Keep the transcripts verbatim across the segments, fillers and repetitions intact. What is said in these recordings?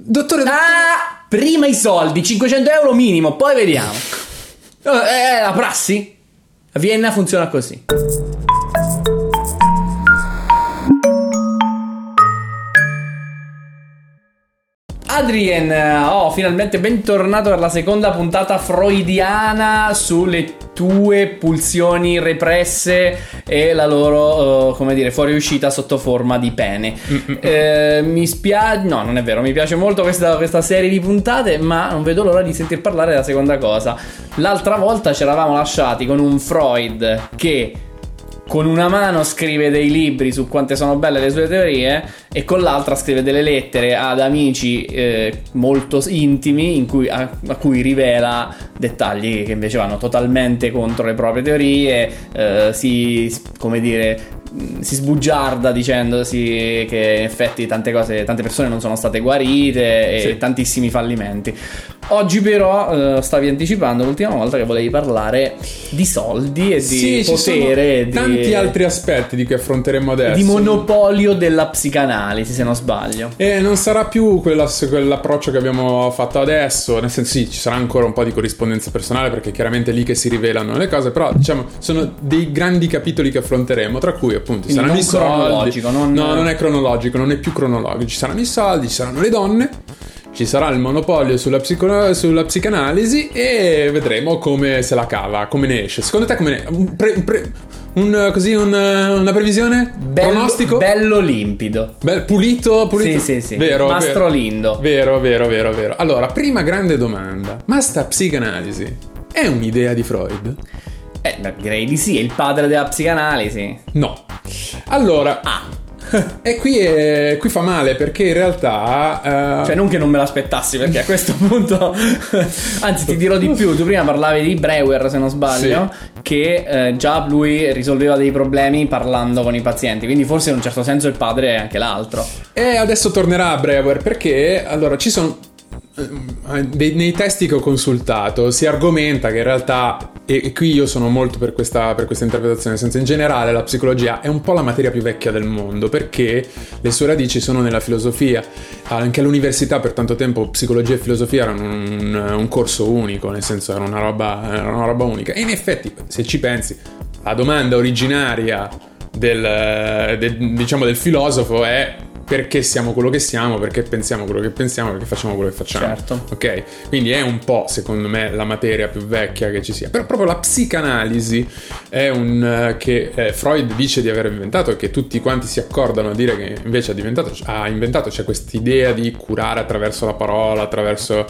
Dottore, dottore... Ah, prima i soldi, cinquecento euro minimo, poi vediamo. È la prassi. A Vienna funziona così. Adrien, oh, finalmente bentornato per la seconda puntata freudiana sulle tue pulsioni represse e la loro, uh, come dire, fuoriuscita sotto forma di pene. Eh, mi spiace, no, non è vero, mi piace molto questa, questa serie di puntate, ma non vedo l'ora di sentir parlare della seconda cosa. L'altra volta ci eravamo lasciati con un Freud che con una mano scrive dei libri su quante sono belle le sue teorie e con l'altra scrive delle lettere ad amici eh, molto intimi in cui, a, a cui rivela dettagli che invece vanno totalmente contro le proprie teorie, eh, si, come dire, si sbugiarda dicendosi che in effetti tante cose, tante persone non sono state guarite e sì, tantissimi fallimenti. Oggi però eh, stavi anticipando l'ultima volta che volevi parlare di soldi e di sì, potere, ci sono tanti di, altri aspetti di cui affronteremo adesso, di monopolio della psicanalisi, se non sbaglio. E non sarà più quella, quell'approccio che abbiamo fatto adesso, nel senso sì, ci sarà ancora un po' di corrispondenza personale perché chiaramente è lì che si rivelano le cose, però diciamo sono dei grandi capitoli che affronteremo, tra cui appunto ci saranno i soldi. Cronologico, non... No, non è cronologico, non è più cronologico, ci saranno i soldi, ci saranno le donne, ci sarà il monopolio sulla, psico- sulla psicanalisi e vedremo come se la cava, come ne esce. Secondo te come ne un, pre- un, pre- un così un, una previsione? Bello, pronostico? Bello limpido. Bel, pulito, pulito. Sì, sì, sì. Vero, Mastro lindo. Vero, vero, vero, vero. Allora, prima grande domanda. Ma sta psicanalisi è un'idea di Freud? Eh, beh, direi di sì, è il padre della psicanalisi. No. Allora, Ah. E qui, è, qui fa male perché in realtà uh... cioè non che non me l'aspettassi, perché a questo punto anzi ti dirò di più, tu prima parlavi di Breuer se non sbaglio, sì, che eh, già lui risolveva dei problemi parlando con i pazienti, quindi forse in un certo senso il padre è anche l'altro. E adesso tornerà a Breuer perché allora ci sono Dei, nei testi che ho consultato si argomenta che in realtà, e, e qui io sono molto per questa, per questa interpretazione, nel senso in generale la psicologia è un po' la materia più vecchia del mondo perché le sue radici sono nella filosofia. Anche all'università per tanto tempo psicologia e filosofia erano un, un corso unico, nel senso era una roba, era una roba unica, e in effetti se ci pensi la domanda originaria del, del, diciamo del filosofo è: perché siamo quello che siamo, perché pensiamo quello che pensiamo, perché facciamo quello che facciamo. Certo. Ok? Quindi è un po', secondo me, la materia più vecchia che ci sia. Però proprio la psicanalisi è un uh, che eh, Freud dice di aver inventato e che tutti quanti si accordano a dire che invece ha, diventato, ha inventato, c'è quest'idea di curare attraverso la parola, attraverso...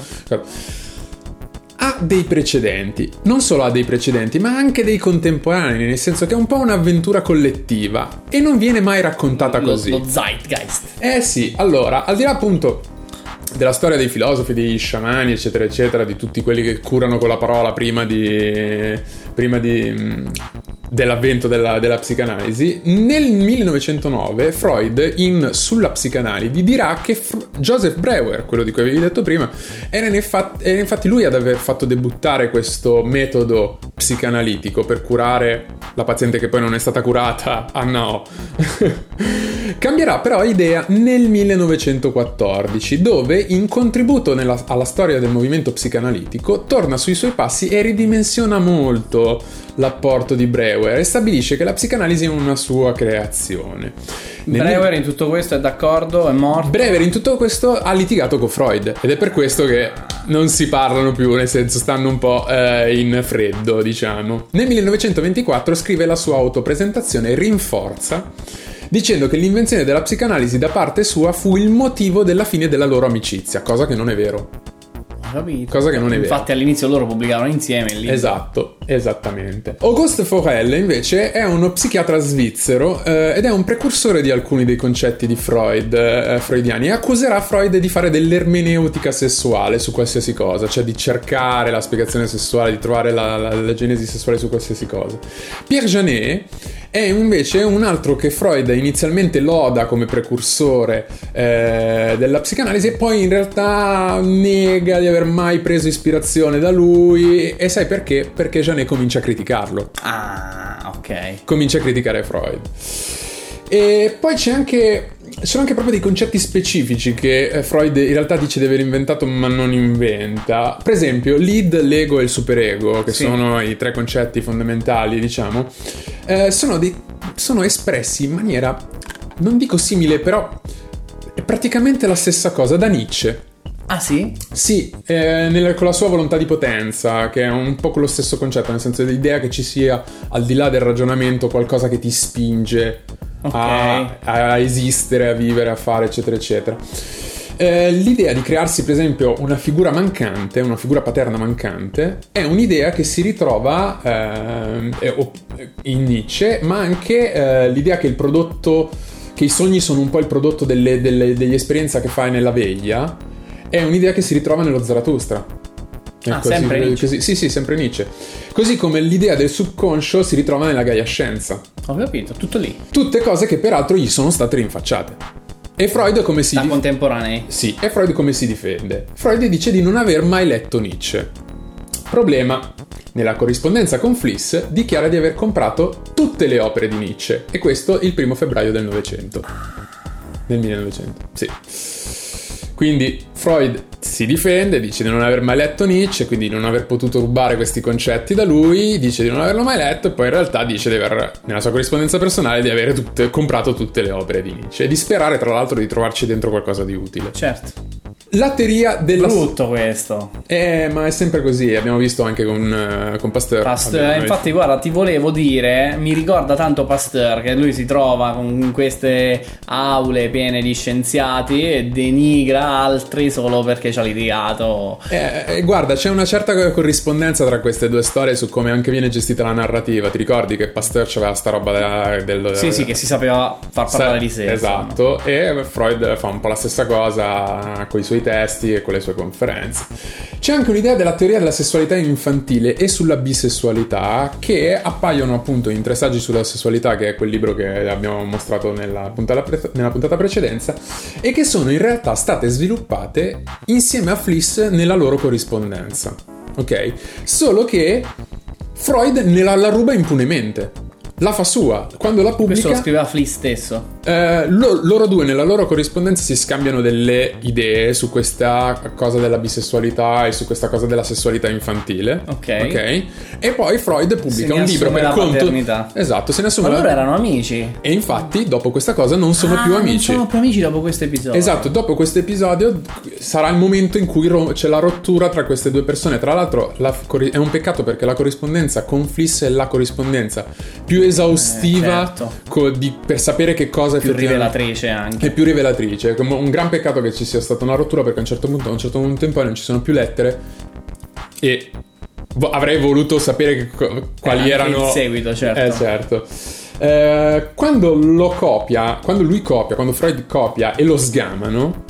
ha dei precedenti, non solo ha dei precedenti, ma anche dei contemporanei, nel senso che è un po' un'avventura collettiva e non viene mai raccontata lo, così. Lo zeitgeist. Eh sì, allora, al di là appunto della storia dei filosofi, degli sciamani, eccetera, eccetera, di tutti quelli che curano con la parola prima di... prima di... dell'avvento della, della psicanalisi, nel millenovecentonove Freud in Sulla psicanalisi dirà che F- Joseph Breuer, quello di cui avevi detto prima, era, infatti, era infatti lui ad aver fatto debuttare questo metodo psicanalitico per curare la paziente che poi non è stata curata. Ah no. Cambierà però idea nel millenovecentoquattordici, dove in contributo nella, alla storia del movimento psicanalitico torna sui suoi passi e ridimensiona molto l'apporto di Breuer e stabilisce che la psicanalisi è una sua creazione. Nel Breuer in tutto questo è d'accordo, è morto. Breuer in tutto questo ha litigato con Freud ed è per questo che non si parlano più, nel senso stanno un po' eh, in freddo, diciamo. Nel millenovecentoventiquattro scrive la sua autopresentazione e rinforza dicendo che l'invenzione della psicanalisi da parte sua fu il motivo della fine della loro amicizia, cosa che non è vero. Capito. Cosa che non è vero. Infatti all'inizio loro pubblicavano insieme lì. Esatto, esattamente. Auguste Forel invece è uno psichiatra svizzero eh, ed è un precursore di alcuni dei concetti di Freud, eh, freudiani, e accuserà Freud di fare dell'ermeneutica sessuale su qualsiasi cosa, cioè di cercare la spiegazione sessuale, di trovare la, la, la genesi sessuale su qualsiasi cosa. Pierre Janet è invece un altro che Freud inizialmente loda come precursore eh, della psicanalisi e poi in realtà nega di aver mai preso ispirazione da lui. E sai perché? Perché Janet comincia a criticarlo. Ah, ok. Comincia a criticare Freud. E poi c'è anche sono anche proprio dei concetti specifici che Freud in realtà dice di aver inventato ma non inventa. Per esempio l'id, l'ego e il superego, che sì. sono i tre concetti fondamentali, diciamo, eh, sono, dei, sono espressi in maniera, non dico simile, però è praticamente la stessa cosa da Nietzsche. Ah sì? Sì, eh, nel, con la sua volontà di potenza, che è un po' lo stesso concetto, nel senso dell'idea che ci sia, al di là del ragionamento, qualcosa che ti spinge okay. a, a esistere, a vivere, a fare, eccetera, eccetera. Eh, l'idea di crearsi, per esempio, una figura mancante, una figura paterna mancante, è un'idea che si ritrova eh, in Nietzsche, ma anche eh, l'idea che il prodotto, che i sogni sono un po' il prodotto delle, delle, delle esperienze che fai nella veglia. È un'idea che si ritrova nello Zarathustra. Ah, così, sempre Nietzsche? Così, sì, sì, sempre Nietzsche. Così come l'idea del subconscio si ritrova nella Gaia Scienza. Ho capito, tutto lì. Tutte cose che peraltro gli sono state rinfacciate. E Freud come si... Da dif- contemporanei. Sì, e Freud come si difende? Freud dice di non aver mai letto Nietzsche. Problema: nella corrispondenza con Fliss dichiara di aver comprato tutte le opere di Nietzsche. E questo il primo febbraio del Novecento. Nel millenovecento, sì. Quindi Freud si difende, dice di non aver mai letto Nietzsche, quindi di non aver potuto rubare questi concetti da lui, dice di non averlo mai letto e poi in realtà dice di aver, nella sua corrispondenza personale, di avere tutte, comprato tutte le opere di Nietzsche e di sperare tra l'altro di trovarci dentro qualcosa di utile. Certo. La teoria della... Brutto questo. Eh, ma è sempre così, abbiamo visto anche con, uh, con Pasteur. Pasteur, infatti guarda, ti volevo dire, mi ricorda tanto Pasteur, che lui si trova con queste aule piene di scienziati e denigra altri solo perché ci ha litigato. Eh, eh, guarda, c'è una certa corrispondenza tra queste due storie su come anche viene gestita la narrativa. Ti ricordi che Pasteur c'aveva sta roba del... del sì, sì, che si sapeva far parlare sì, di sé. Esatto, insomma. E Freud fa un po' la stessa cosa con i suoi testi e con le sue conferenze. C'è anche un'idea della teoria della sessualità infantile e sulla bisessualità che appaiono appunto in Tre saggi sulla sessualità, che è quel libro che abbiamo mostrato nella puntata, pre- nella puntata precedenza, e che sono in realtà state sviluppate insieme a Fliss nella loro corrispondenza, ok? Solo che Freud ne la, la ruba impunemente, la fa sua. Quando la pubblica, questo lo scriveva Fliss stesso. eh, lo, loro due nella loro corrispondenza si scambiano delle idee su questa cosa della bisessualità e su questa cosa della sessualità infantile, ok, okay? E poi Freud pubblica un libro per la conto paternità. Esatto, se ne assume ma la... loro erano amici e infatti dopo questa cosa non sono ah, più amici non sono più amici dopo questo episodio. Esatto, dopo questo episodio sarà il momento in cui ro- c'è la rottura tra queste due persone. Tra l'altro la, è un peccato perché la corrispondenza con Fliss è la corrispondenza più esaustiva, eh, certo. co- di, per sapere che cosa più rivelatrice anche. È più rivelatrice. È un gran peccato che ci sia stata una rottura, perché a un certo punto, a un certo punto in poi non ci sono più lettere e vo- avrei voluto sapere che, quali eh, erano il seguito, certo. Eh certo. Eh, quando lo copia, quando lui copia, quando Freud copia e lo sgamano,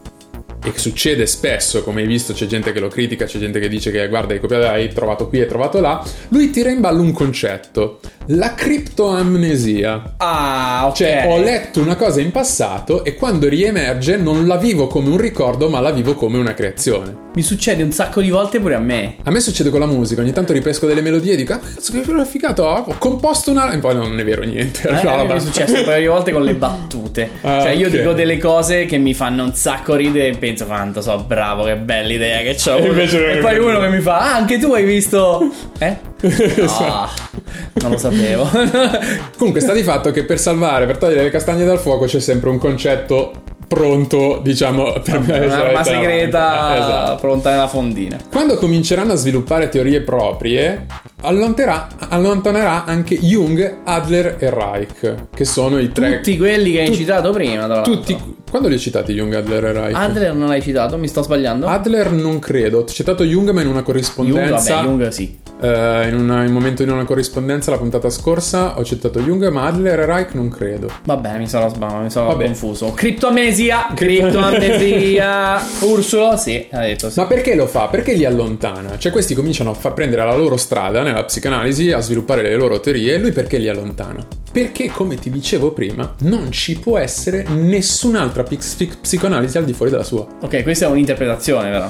e succede spesso, come hai visto, c'è gente che lo critica, c'è gente che dice che guarda, hai copiato, hai trovato qui e trovato là, lui tira in ballo un concetto: la criptoamnesia. Ah, ok. Cioè, ho letto una cosa in passato e quando riemerge non la vivo come un ricordo, ma la vivo come una creazione. Mi succede un sacco di volte pure a me. A me succede con la musica, ogni tanto ripesco delle melodie e dico: ah, cazzo, che figato, ho composto una... E poi non è vero niente. Eh, no, mi è successo un paio di volte con le battute. Ah, cioè io okay. dico delle cose che mi fanno un sacco ridere e penso: quanto so bravo, che bella idea che c'ho. E, e poi uno che mi fa: ah, anche tu hai visto? Eh? No, non lo sapevo. Comunque sta di fatto che per salvare, per togliere le castagne dal fuoco c'è sempre un concetto pronto, diciamo, per un'arma segreta, esatto, pronta nella fondina. Quando cominceranno a sviluppare teorie proprie, allontanerà, allontanerà anche Jung, Adler e Reich, che sono i tre. Tutti quelli che hai tu, citato prima, tra l'altro. Tutti. Quando li hai citati Jung, Adler e Reich? Adler non l'hai citato, mi sto sbagliando? Adler non credo, ho citato Jung ma in una corrispondenza. Jung, vabbè, Jung sì. Uh, in, una, in un momento in una corrispondenza la puntata scorsa ho citato Jung, ma Adler e Reich non credo. Vabbè, mi sono sbagliato, mi sono confuso. Criptoamnesia, criptoamnesia. Ursulo, sì, ha detto sì. Ma perché lo fa? Perché li allontana? Cioè questi cominciano a far prendere la loro strada nella psicanalisi, a sviluppare le loro teorie, e lui perché li allontana? perché, come ti dicevo prima, non ci può essere nessun'altra psic- psicoanalisi al di fuori della sua. Ok, questa è un'interpretazione, però.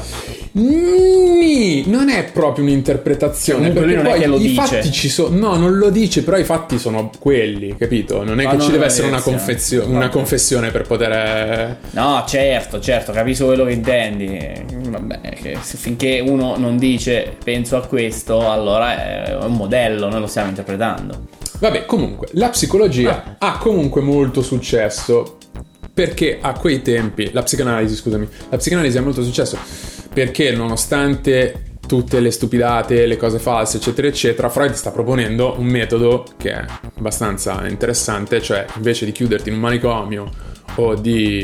Nì, non è proprio un'interpretazione. Comunque perché lui non poi è che lo i dice. fatti ci sono. No, non lo dice, però i fatti sono quelli, capito? Non è Ma che non ci deve è essere una, direzione. confezio- una Vabbè. confessione per poter. No, certo, certo, capisco quello che intendi. Vabbè, che se- finché uno non dice penso a questo, allora è un modello, noi lo stiamo interpretando. Vabbè, comunque, la psicologia Ah. ha comunque molto successo perché a quei tempi, la psicanalisi, scusami, la psicanalisi ha molto successo perché nonostante tutte le stupidate, le cose false, eccetera, eccetera, Freud sta proponendo un metodo che è abbastanza interessante, cioè invece di chiuderti in un manicomio o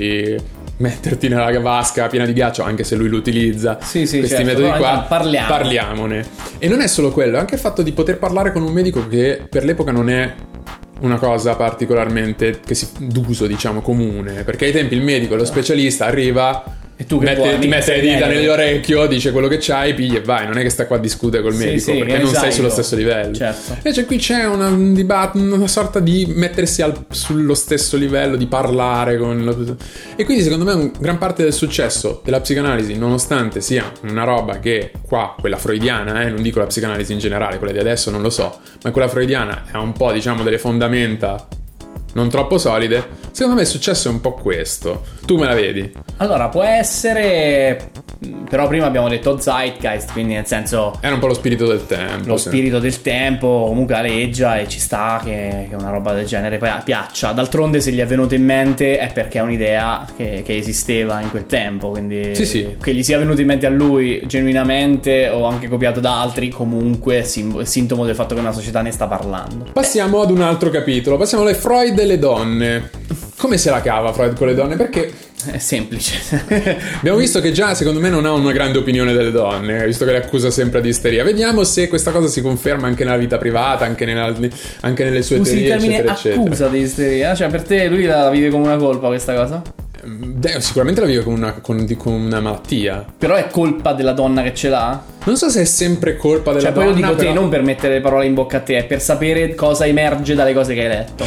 di metterti nella vasca piena di ghiaccio, anche se lui lo utilizza, Sì, sì, questi certo, metodi però qua, intanto parliamo. parliamone. E non è solo quello, è anche il fatto di poter parlare con un medico che per l'epoca non è una cosa particolarmente che si, d'uso, diciamo, comune, perché ai tempi il medico, lo specialista arriva E tu che mette- vuoi, ti mica mette le sei dita medico. nell'orecchio, dice quello che c'hai, pigli e vai, non è che sta qua a discutere col Sì, medico, sì, perché che non sei sai sullo io. stesso livello. Certo. Invece qui c'è una, un dibattito, una sorta di mettersi al- sullo stesso livello, di parlare con lo- e quindi secondo me un, gran parte del successo della psicanalisi, nonostante sia una roba che qua, quella freudiana, eh, non dico la psicanalisi in generale, quella di adesso non lo so, ma quella freudiana ha un po', diciamo, delle fondamenta non troppo solide, secondo me il successo è un po' questo. Tu me la vedi? Allora, può essere, però prima abbiamo detto zeitgeist, quindi nel senso Era un po' lo spirito del tempo. lo sì. spirito del tempo comunque aleggia e ci sta che, che una roba del genere poi piaccia. D'altronde se gli è venuto in mente è perché è un'idea che, che esisteva in quel tempo, quindi Sì, sì. che gli sia venuto in mente a lui genuinamente o anche copiato da altri, comunque è sim- sintomo del fatto che una società ne sta parlando. Passiamo ad un altro capitolo, passiamo alle Freud e le donne. Come se la cava Freud con le donne? Perché È semplice. abbiamo visto che già secondo me non ha una grande opinione delle donne, visto che le accusa sempre di isteria. Vediamo se questa cosa si conferma anche nella vita privata, anche, nella, anche nelle sue Usi il teorie, termine eccetera, eccetera. accusa di isteria, cioè per te lui la vive come una colpa questa cosa? Beh, sicuramente la vive con una, con, di- con una malattia. Però è colpa della donna che ce l'ha? Non so se è sempre colpa della Cioè poi donna. lo dico però... te, non per mettere le parole in bocca a te, è per sapere cosa emerge dalle cose che hai letto.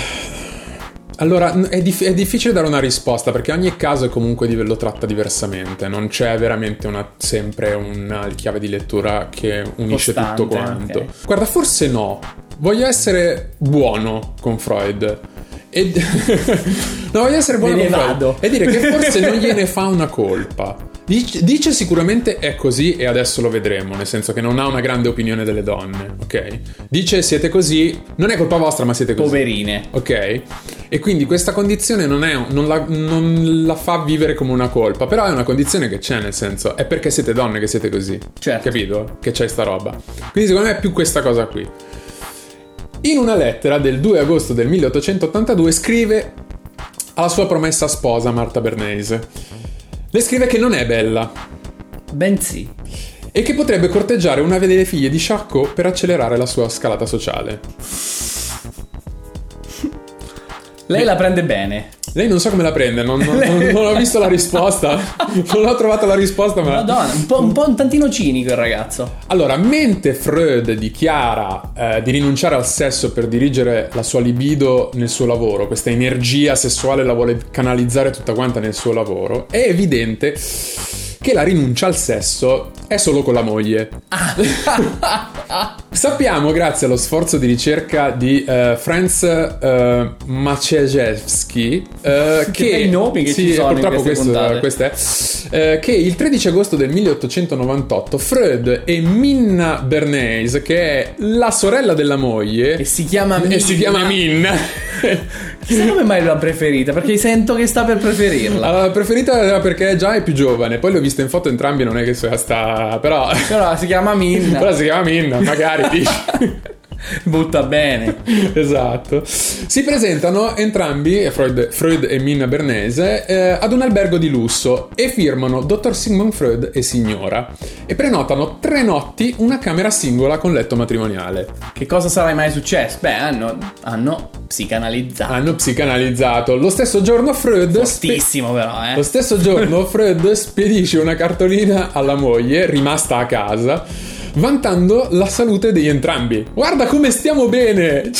Allora, n- è, dif- è difficile dare una risposta perché ogni caso è comunque di- lo tratta diversamente. Non c'è veramente una, sempre una chiave di lettura che unisce Costante, tutto quanto. ok. Guarda, forse no. Voglio essere buono con Freud. E... no, voglio essere buono Me ne con Freud. vado. E dire che forse non gliene fa una colpa. Dice, dice sicuramente è così e adesso lo vedremo, nel senso che non ha una grande opinione delle donne, ok? Dice siete così, non è colpa vostra ma siete così. Poverine. Ok? E quindi questa condizione non, è, non, la, non la fa vivere come una colpa, però è una condizione che c'è, nel senso, è perché siete donne che siete così. Certo. Capito? Che c'è sta roba. Quindi secondo me è più questa cosa qui. In una lettera del due agosto del milleottocentottantadue scrive alla sua promessa sposa Martha Bernays. Le scrive che non è bella Bensì. e che potrebbe corteggiare una delle figlie di Charcot per accelerare la sua scalata sociale. Lei la prende bene. Lei non so come la prende, non, non- non- non ho visto la risposta, non ho trovato la risposta, ma... Madonna, un po', un po' un tantino cinico il ragazzo. Allora, mentre Freud dichiara eh, di rinunciare al sesso per dirigere la sua libido nel suo lavoro, questa energia sessuale la vuole canalizzare tutta quanta nel suo lavoro, è evidente che la rinuncia al sesso è solo con la moglie. Sappiamo, grazie allo sforzo di ricerca di eh, Franz eh, Maciejewski, eh, che, bei nomi che sì, ci sono in purtroppo queste questo, puntate. questo è, eh, che il tredici agosto del milleottocentonovantotto Freud e Minna Bernays, che è la sorella della moglie, E si chiama e Minna. si chiama Minna. Chissà come mai l'ha preferita, perché sento che sta per preferirla. La preferita era perché già è più giovane, poi l'ho vista in foto entrambi, non è che sia sta, però Però si chiama Minna. però si chiama Minna, magari dici. Butta bene. Esatto. Si presentano entrambi, Freud, Freud e Minna Bernays, eh, ad un albergo di lusso e firmano dottor Sigmund Freud e signora e prenotano tre notti una camera singola con letto matrimoniale. Che cosa sarà mai successo? Beh, hanno, hanno psicanalizzato. Hanno psicanalizzato. Lo stesso giorno Freud Fortissimo però, eh. Lo stesso giorno Freud spedisce una cartolina alla moglie rimasta a casa vantando la salute di entrambi. Guarda come stiamo bene!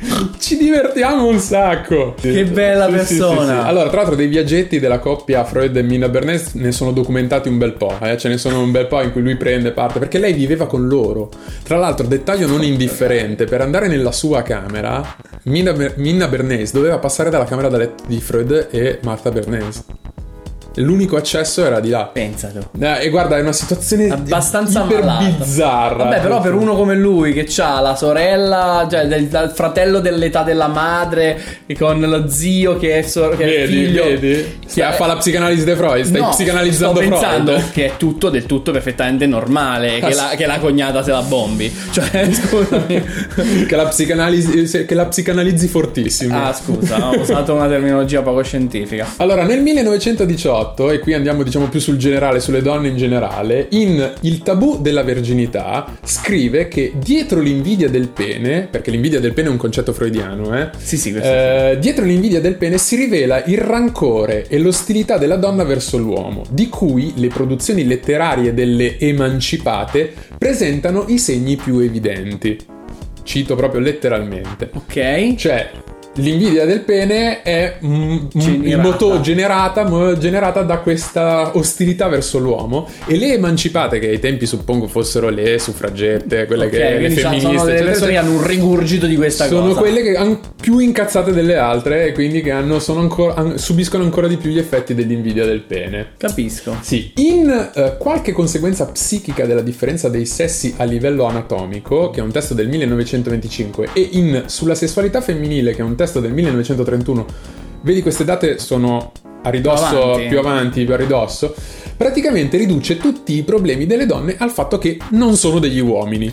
Ci divertiamo un sacco. Che bella Sì, persona. sì, sì, sì. Allora, tra l'altro, dei viaggetti della coppia Freud e Mina Bernays ne sono documentati un bel po', eh? Ce ne sono un bel po' in cui lui prende parte, perché lei viveva con loro. Tra l'altro, dettaglio non indifferente, per andare nella sua camera, Mina, Ber- Mina Bernays doveva passare dalla camera da letto di Freud e Martha Bernays. L'unico accesso era di là. Pensato. Eh, e guarda, è una situazione abbastanza iper malata. bizzarra. Vabbè, però per uno come lui che ha la sorella, cioè del, del fratello dell'età della madre, e con lo zio che è, sor- che Vedi, è figlio, vedi? Che Sta- fa la psicanalisi di Freud. Stai no, psicanalizzando sto pensando Freud. che è tutto del tutto perfettamente normale che la, che la cognata se la bombi. Cioè, scusami. che la psicanalisi che la psicanalizzi fortissimo. Ah, scusa, ho usato una terminologia poco scientifica. Allora, nel millenovecentodiciotto, e qui andiamo diciamo più sul generale, sulle donne in generale, in Il tabù della verginità scrive che dietro l'invidia del pene, perché l'invidia del pene è un concetto freudiano, eh? Sì, sì, questo eh, dietro l'invidia del pene si rivela il rancore e l'ostilità della donna verso l'uomo, di cui le produzioni letterarie delle emancipate presentano i segni più evidenti. Cito proprio letteralmente. Ok. Cioè, l'invidia del pene è mm, il Generata. moto generata, mo- generata da questa ostilità verso l'uomo, e le emancipate, che ai tempi suppongo fossero le suffragette, quelle Ok, che le quindi femministe, sono delle eccetera, persone che eccetera, hanno un rigurgito di questa sono cosa. quelle che hanno più incazzate delle altre, e quindi che hanno, sono ancora, han- subiscono ancora di più gli effetti dell'invidia del pene. Capisco. Sì, in eh, qualche conseguenza psichica della differenza dei sessi a livello anatomico, che è un testo del millenovecentoventicinque, e in Sulla sessualità femminile, che è un testo del millenovecentotrentuno, vedi queste date sono a ridosso, Più avanti. più avanti, più a ridosso, praticamente riduce tutti i problemi delle donne al fatto che non sono degli uomini.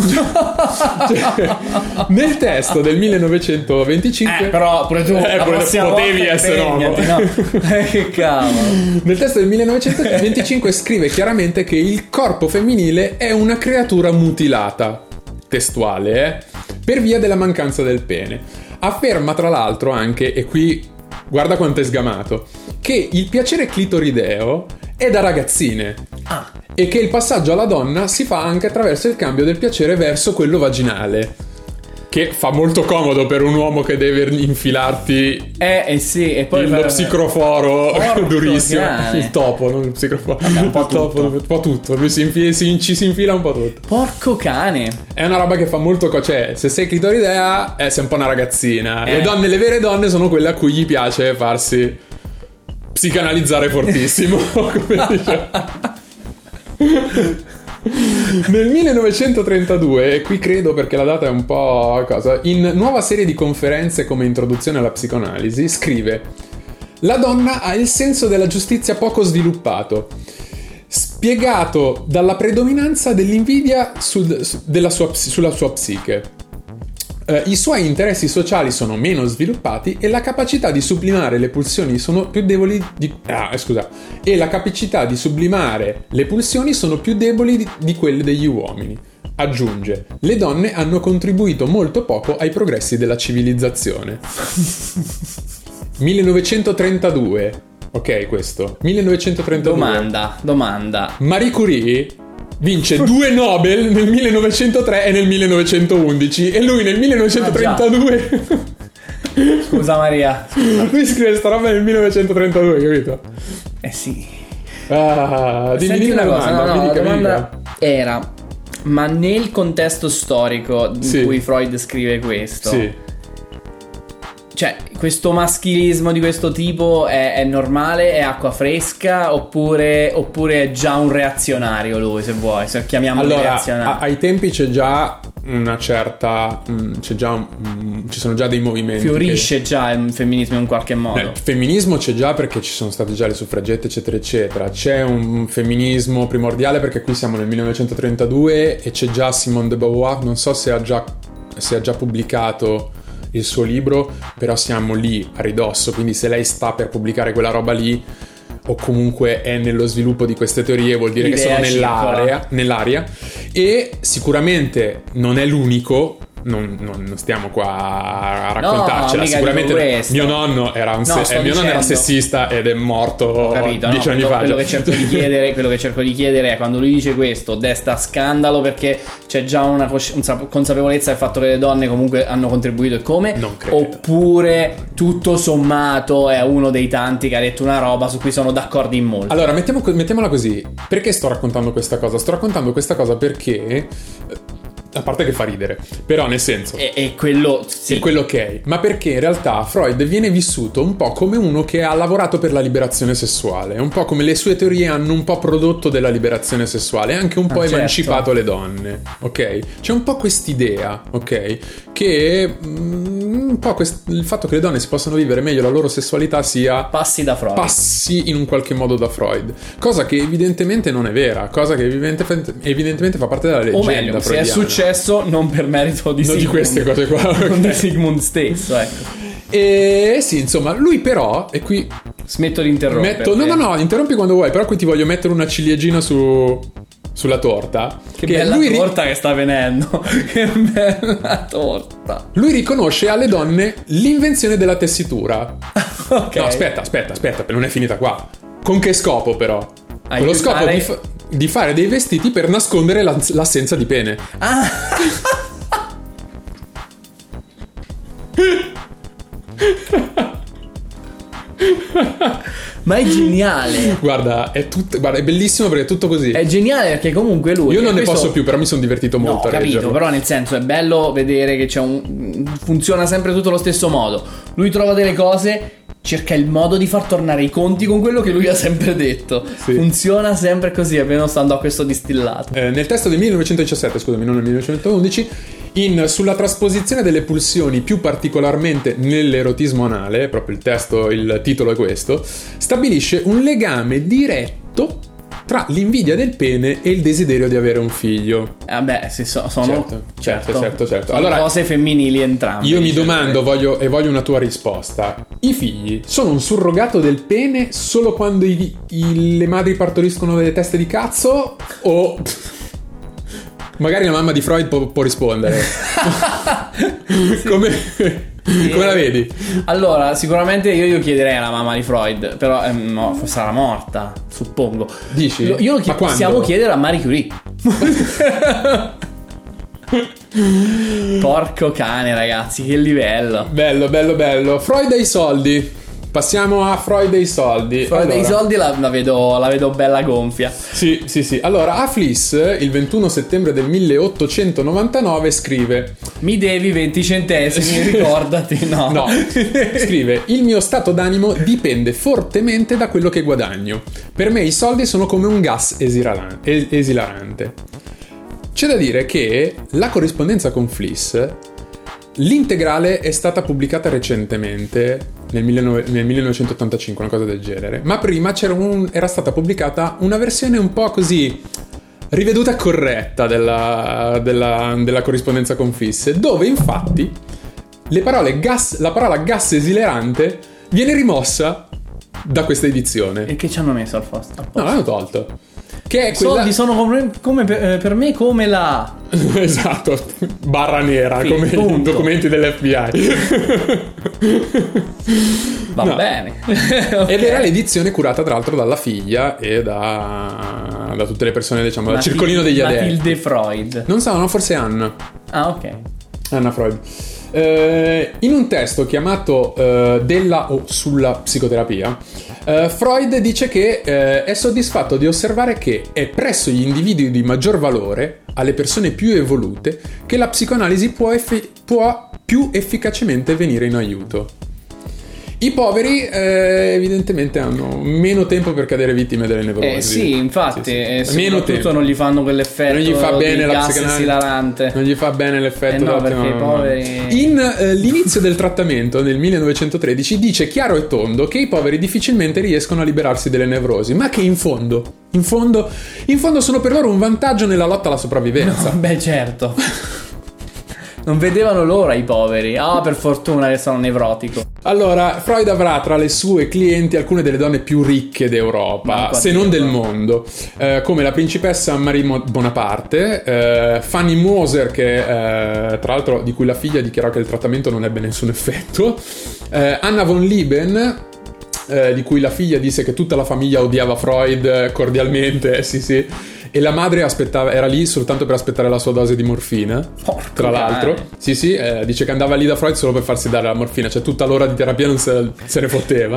Cioè, nel testo del millenovecentoventicinque, Eh, però pure tu Eh, la pure- prossima potevi volta essere impegnati, uomo. no? Eh, che cavolo. nel testo del millenovecentoventicinque scrive chiaramente che il corpo femminile è una creatura mutilata, testuale, eh, per via della mancanza del pene. Afferma tra l'altro anche, e qui guarda quanto è sgamato, che il piacere clitorideo è da ragazzine. Ah. E che il passaggio alla donna si fa anche attraverso il cambio del piacere verso quello vaginale, che fa molto comodo per un uomo che deve infilarti Eh, eh sì, e poi lo psicroforo Porco durissimo. cane. Il topo, non il psicroforo. un po' Il topo, tutto. un po' tutto. Lui si infi- si- ci si infila un po' tutto. Porco cane. È una roba che fa molto co- cioè, se sei clitoridea, eh, sei un po' una ragazzina. Eh. Le donne, le vere donne sono quelle a cui gli piace farsi psicanalizzare fortissimo. Come dice. Nel millenovecentotrentadue, e qui credo perché la data è un po' cosa, in nuova serie di conferenze come introduzione alla psicoanalisi, scrive: la donna ha il senso della giustizia poco sviluppato, spiegato dalla predominanza dell'invidia sul- su- della sua, ps- sulla sua psiche. Eh, I suoi interessi sociali sono meno sviluppati e la capacità di sublimare le pulsioni sono più deboli di, ah, scusa, e la capacità di sublimare le pulsioni sono più deboli di, di quelle degli uomini. Aggiunge: le donne hanno contribuito molto poco ai progressi della civilizzazione. millenovecentotrentadue. Ok, questo. millenovecentotrentadue. Domanda, domanda. Marie Curie vince due Nobel nel millenovecentotre e nel millenovecentoundici, e lui nel millenovecentotrentadue Scusa Maria. lui scrive sta roba nel millenovecentotrentadue, capito? Eh sì. Ah, dimmi, Senti dimmi una la cosa, domanda, no, no, mi la dica, mi domanda dica. era: ma nel contesto storico in Sì. cui Freud scrive questo, Sì. cioè, questo maschilismo di questo tipo è, è normale, è acqua fresca, oppure, oppure è già un reazionario lui, se vuoi, se chiamiamolo Allora, reazionario. a- ai tempi c'è già una certa mm, c'è già un- mm, ci sono già dei movimenti Fiorisce che- già il femminismo in qualche modo. Eh, il femminismo c'è già perché ci sono state già le suffragette, eccetera eccetera. C'è un femminismo primordiale perché qui siamo nel millenovecentotrentadue e c'è già Simone de Beauvoir, non so se ha già, se ha già pubblicato il suo libro, però siamo lì a ridosso, quindi se lei sta per pubblicare quella roba lì o comunque è nello sviluppo di queste teorie, vuol dire L'idea che sono nell'area, circola. nell'aria, e sicuramente non è l'unico, non, non, non stiamo qua a raccontarcela. No, sicuramente mio nonno era un no, se- eh, mio nonno era sessista ed è morto capito, dieci no, anni quello, fa. Quello che, cerco di chiedere, quello che cerco di chiedere è, quando lui dice questo, desta scandalo perché c'è già una cos- consapevolezza del fatto che le donne comunque hanno contribuito e come? Non credo. Oppure tutto sommato è uno dei tanti che ha detto una roba su cui sono d'accordo in molti. Allora, mettiamo, mettiamola così. Perché sto raccontando questa cosa? Sto raccontando questa cosa perché, a parte che fa ridere, però nel senso E, e quello sì. è quello che è, ma perché in realtà Freud viene vissuto un po' come uno che ha lavorato per la liberazione sessuale, un po' come le sue teorie hanno un po' prodotto della liberazione sessuale, anche un po' ah, emancipato certo. le donne, ok? C'è un po' quest'idea, ok? Che mm, un po' quest- il fatto che le donne si possano vivere meglio la loro sessualità sia passi da Freud. passi in un qualche modo da Freud, cosa che evidentemente non è vera, cosa che evidentemente, evidentemente fa parte della leggenda o meglio, se è freudiana. successo non per merito di Non Sigmund, di queste cose qua, okay. Non di Sigmund stesso, ecco. E sì, insomma, lui però, e qui smetto di interrompere. metto, no no no, interrompi quando vuoi, però qui ti voglio mettere una ciliegina su sulla torta. Che, che bella lui torta ri- che sta venendo. Che bella torta. Lui riconosce alle donne l'invenzione della tessitura. Ok. No, aspetta, aspetta, aspetta, non è finita qua. Con che scopo però? Con lo Aiutare- scopo di, fa- di fare dei vestiti per nascondere la- l'assenza di pene. Ah. Ma è geniale. Guarda, è tutto, guarda, è bellissimo perché è tutto così. È geniale perché comunque lui. Io non ne questo... posso più, però mi sono divertito No, molto a capito, leggerlo. però nel senso è bello vedere che c'è un funziona sempre tutto allo stesso modo. Lui trova delle cose, cerca il modo di far tornare i conti con quello che lui ha sempre detto. Sì. Funziona sempre così, almeno stando a questo distillato. Eh, nel testo del millenovecentodiciassette, scusami, non nel millenovecentoundici, in Sulla trasposizione delle pulsioni, più particolarmente nell'erotismo anale, proprio il testo, il titolo è questo, stabilisce un legame diretto tra l'invidia del pene e il desiderio di avere un figlio. Vabbè, sì, so, sono Certo, certo, certo, certo. Sono Allora, cose femminili entrambe. Io mi diciamo. domando, voglio, e voglio una tua risposta. I figli sono un surrogato del pene solo quando i, i- le madri partoriscono delle teste di cazzo? O magari la mamma di Freud può, può rispondere? Come, come la vedi? Allora, sicuramente io, io chiederei alla mamma di Freud, però ehm, no, sarà morta, suppongo. Dici? Io, io lo Ma chied- quando? possiamo chiedere a Marie Curie. Porco cane, ragazzi, che livello. Bello, bello, bello. Freud e i soldi. Passiamo a Freud e i soldi. Freud Allora- dei soldi la, la vedo, la vedo bella gonfia. Sì, sì, sì. Allora, a Fliss, il ventuno settembre del milleottocentonovantanove, scrive... Mi devi venti centesimi, ricordati, no. No, scrive: il mio stato d'animo dipende fortemente da quello che guadagno. Per me i soldi sono come un gas esiralan- es- esilarante. C'è da dire che la corrispondenza con Fliss, l'integrale è stata pubblicata recentemente nel, millenovecento nel millenovecentottantacinque, una cosa del genere, ma prima c'era un, era stata pubblicata una versione un po' così riveduta e corretta della, della, della corrispondenza con Fliss, dove infatti le parole gas, la parola gas esilarante viene rimossa da questa edizione. E che ci hanno messo al posto? Al posto? No, l'hanno tolto. Che è I quella... soldi sono come, come per, eh, per me come la... Esatto, barra nera, Sì, come i punto. documenti dell'F B I. Va No. bene. Ed era l'edizione curata tra l'altro dalla figlia e da, da tutte le persone, diciamo, dal Matil- circolino degli adepti. Matilde Freud. Non so, no, forse Anna. Ah, ok. Anna Freud. Eh, in un testo chiamato eh, Della o sulla psicoterapia, eh, Freud dice che eh, è soddisfatto di osservare che è presso gli individui di maggior valore, alle persone più evolute, che la psicoanalisi può, effe- può più efficacemente venire in aiuto. I poveri eh, evidentemente hanno meno tempo per cadere vittime delle nevrosi. Eh sì, infatti, Sì, sì. eh, Meno soprattutto tempo. non gli fanno quell'effetto Non gli fa bene di la gas psicanalisi. esilarante. Non gli fa bene l'effetto Eh no, della- perché i poveri- In eh, l'inizio del trattamento nel millenovecentotredici dice chiaro e tondo che i poveri difficilmente riescono a liberarsi delle nevrosi, ma che in fondo, in fondo, in fondo sono per loro un vantaggio nella lotta alla sopravvivenza. No, beh, certo. Non vedevano l'ora i poveri. Ah, per fortuna che sono nevrotico. Allora, Freud avrà tra le sue clienti alcune delle donne più ricche d'Europa, se non del mondo, eh, come la principessa Marie Bonaparte, eh, Fanny Moser, che eh, tra l'altro di cui la figlia dichiarò che il trattamento non ebbe nessun effetto, eh, Anna von Lieben, eh, di cui la figlia disse che tutta la famiglia odiava Freud cordialmente, sì sì, e la madre aspettava, era lì soltanto per aspettare la sua dose di morfina. Porco tra l'altro cane. sì sì, eh, dice che andava lì da Freud solo per farsi dare la morfina, cioè tutta l'ora di terapia non se, se ne fotteva.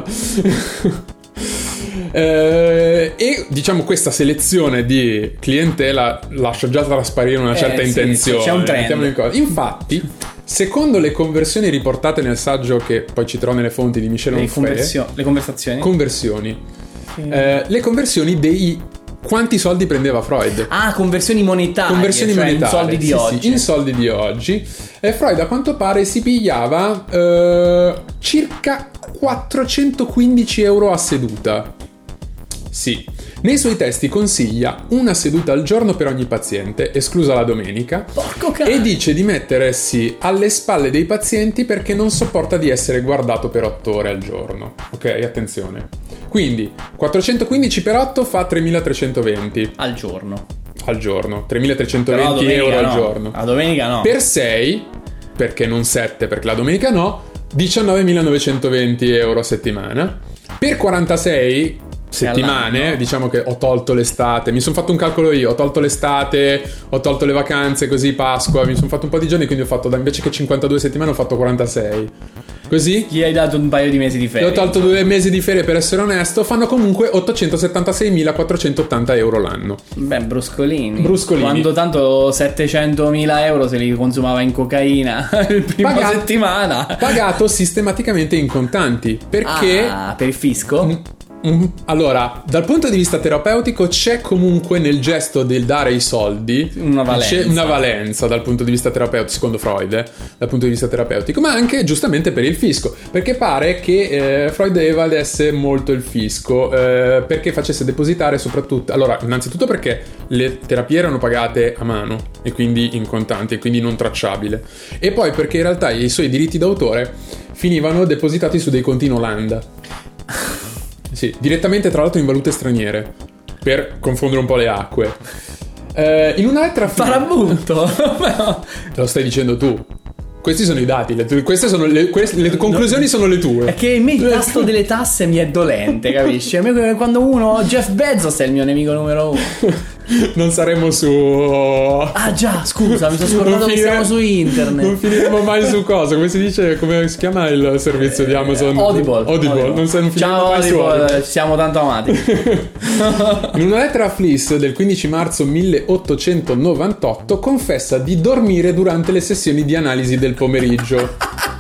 eh, e diciamo questa selezione di clientela lascia già trasparire una certa eh, intenzione, sì, c'è un trend. Infatti, secondo le conversioni riportate nel saggio che poi citerò nelle fonti di Michel Le, Onfray, conversio- le conversazioni. conversioni Sì. eh, le conversioni dei quanti soldi prendeva Freud. Ah, conversioni monetarie. Conversioni cioè monetarie, in soldi di sì, oggi. sì, in soldi di oggi. E Freud a quanto pare si pigliava eh, circa quattrocentoquindici euro a seduta. Sì. Nei suoi testi consiglia una seduta al giorno per ogni paziente, esclusa la domenica, Porco cane. e dice di mettersi alle spalle dei pazienti perché non sopporta di essere guardato per otto ore al giorno. Ok, attenzione. Quindi quattrocentoquindici per otto fa tremilatrecentoventi Al giorno. al giorno, Però tremilatrecentoventi domenica euro no. al giorno. La domenica no. Per sei, perché non sette, perché la domenica no, diciannovemilanovecentoventi euro a settimana. Per quarantasei settimane, all'anno. diciamo che ho tolto l'estate, mi sono fatto un calcolo io, ho tolto l'estate, ho tolto le vacanze, così Pasqua, mi sono fatto un po' di giorni, quindi ho fatto, da invece che cinquantadue settimane ho fatto quarantasei. Così? Gli hai dato un paio di mesi di E ferie. ho tolto due mesi di ferie, per essere onesto, fanno comunque ottocentosettantaseimilaquattrocentottanta euro l'anno. Beh, bruscolini. Bruscolini. Quando tanto settecentomila euro se li consumava in cocaina il primo Paga- settimana. Pagato sistematicamente in contanti, perché Ah, per il fisco? Mm, mm, allora, dal punto di vista terapeutico c'è comunque nel gesto del dare i soldi Una valenza. c'è una valenza dal punto di vista terapeutico, secondo Freud, eh, dal punto di vista terapeutico, ma anche giustamente per il fisco, perché pare che eh, Freud evadesse molto il fisco, eh, perché facesse depositare soprattutto, allora, innanzitutto perché le terapie erano pagate a mano e quindi in contanti e quindi non tracciabile, e poi perché in realtà i suoi diritti d'autore finivano depositati su dei conti in Olanda. Sì, direttamente tra l'altro in valute straniere, per confondere un po' le acque. Eh, in una lettera... Farabutto. Lo stai dicendo tu. Questi sono i dati, le, tue- queste sono le, queste- le conclusioni sono le tue. È che a me il tasto delle tasse mi è dolente, capisci? A me quando uno, Jeff Bezos è il mio nemico numero uno. Non saremo su... Ah già, scusa, mi sono scordato Non che finire- siamo su internet. Non finiremo mai su cosa, come si dice, come si chiama il servizio di Amazon? Audible. Audible, non, sai, non finiremo Ciao mai su Audible, Audible. ci siamo tanto amati. In una lettera a Fliss del quindici marzo milleottocentonovantotto confessa di dormire durante le sessioni di analisi del pomeriggio.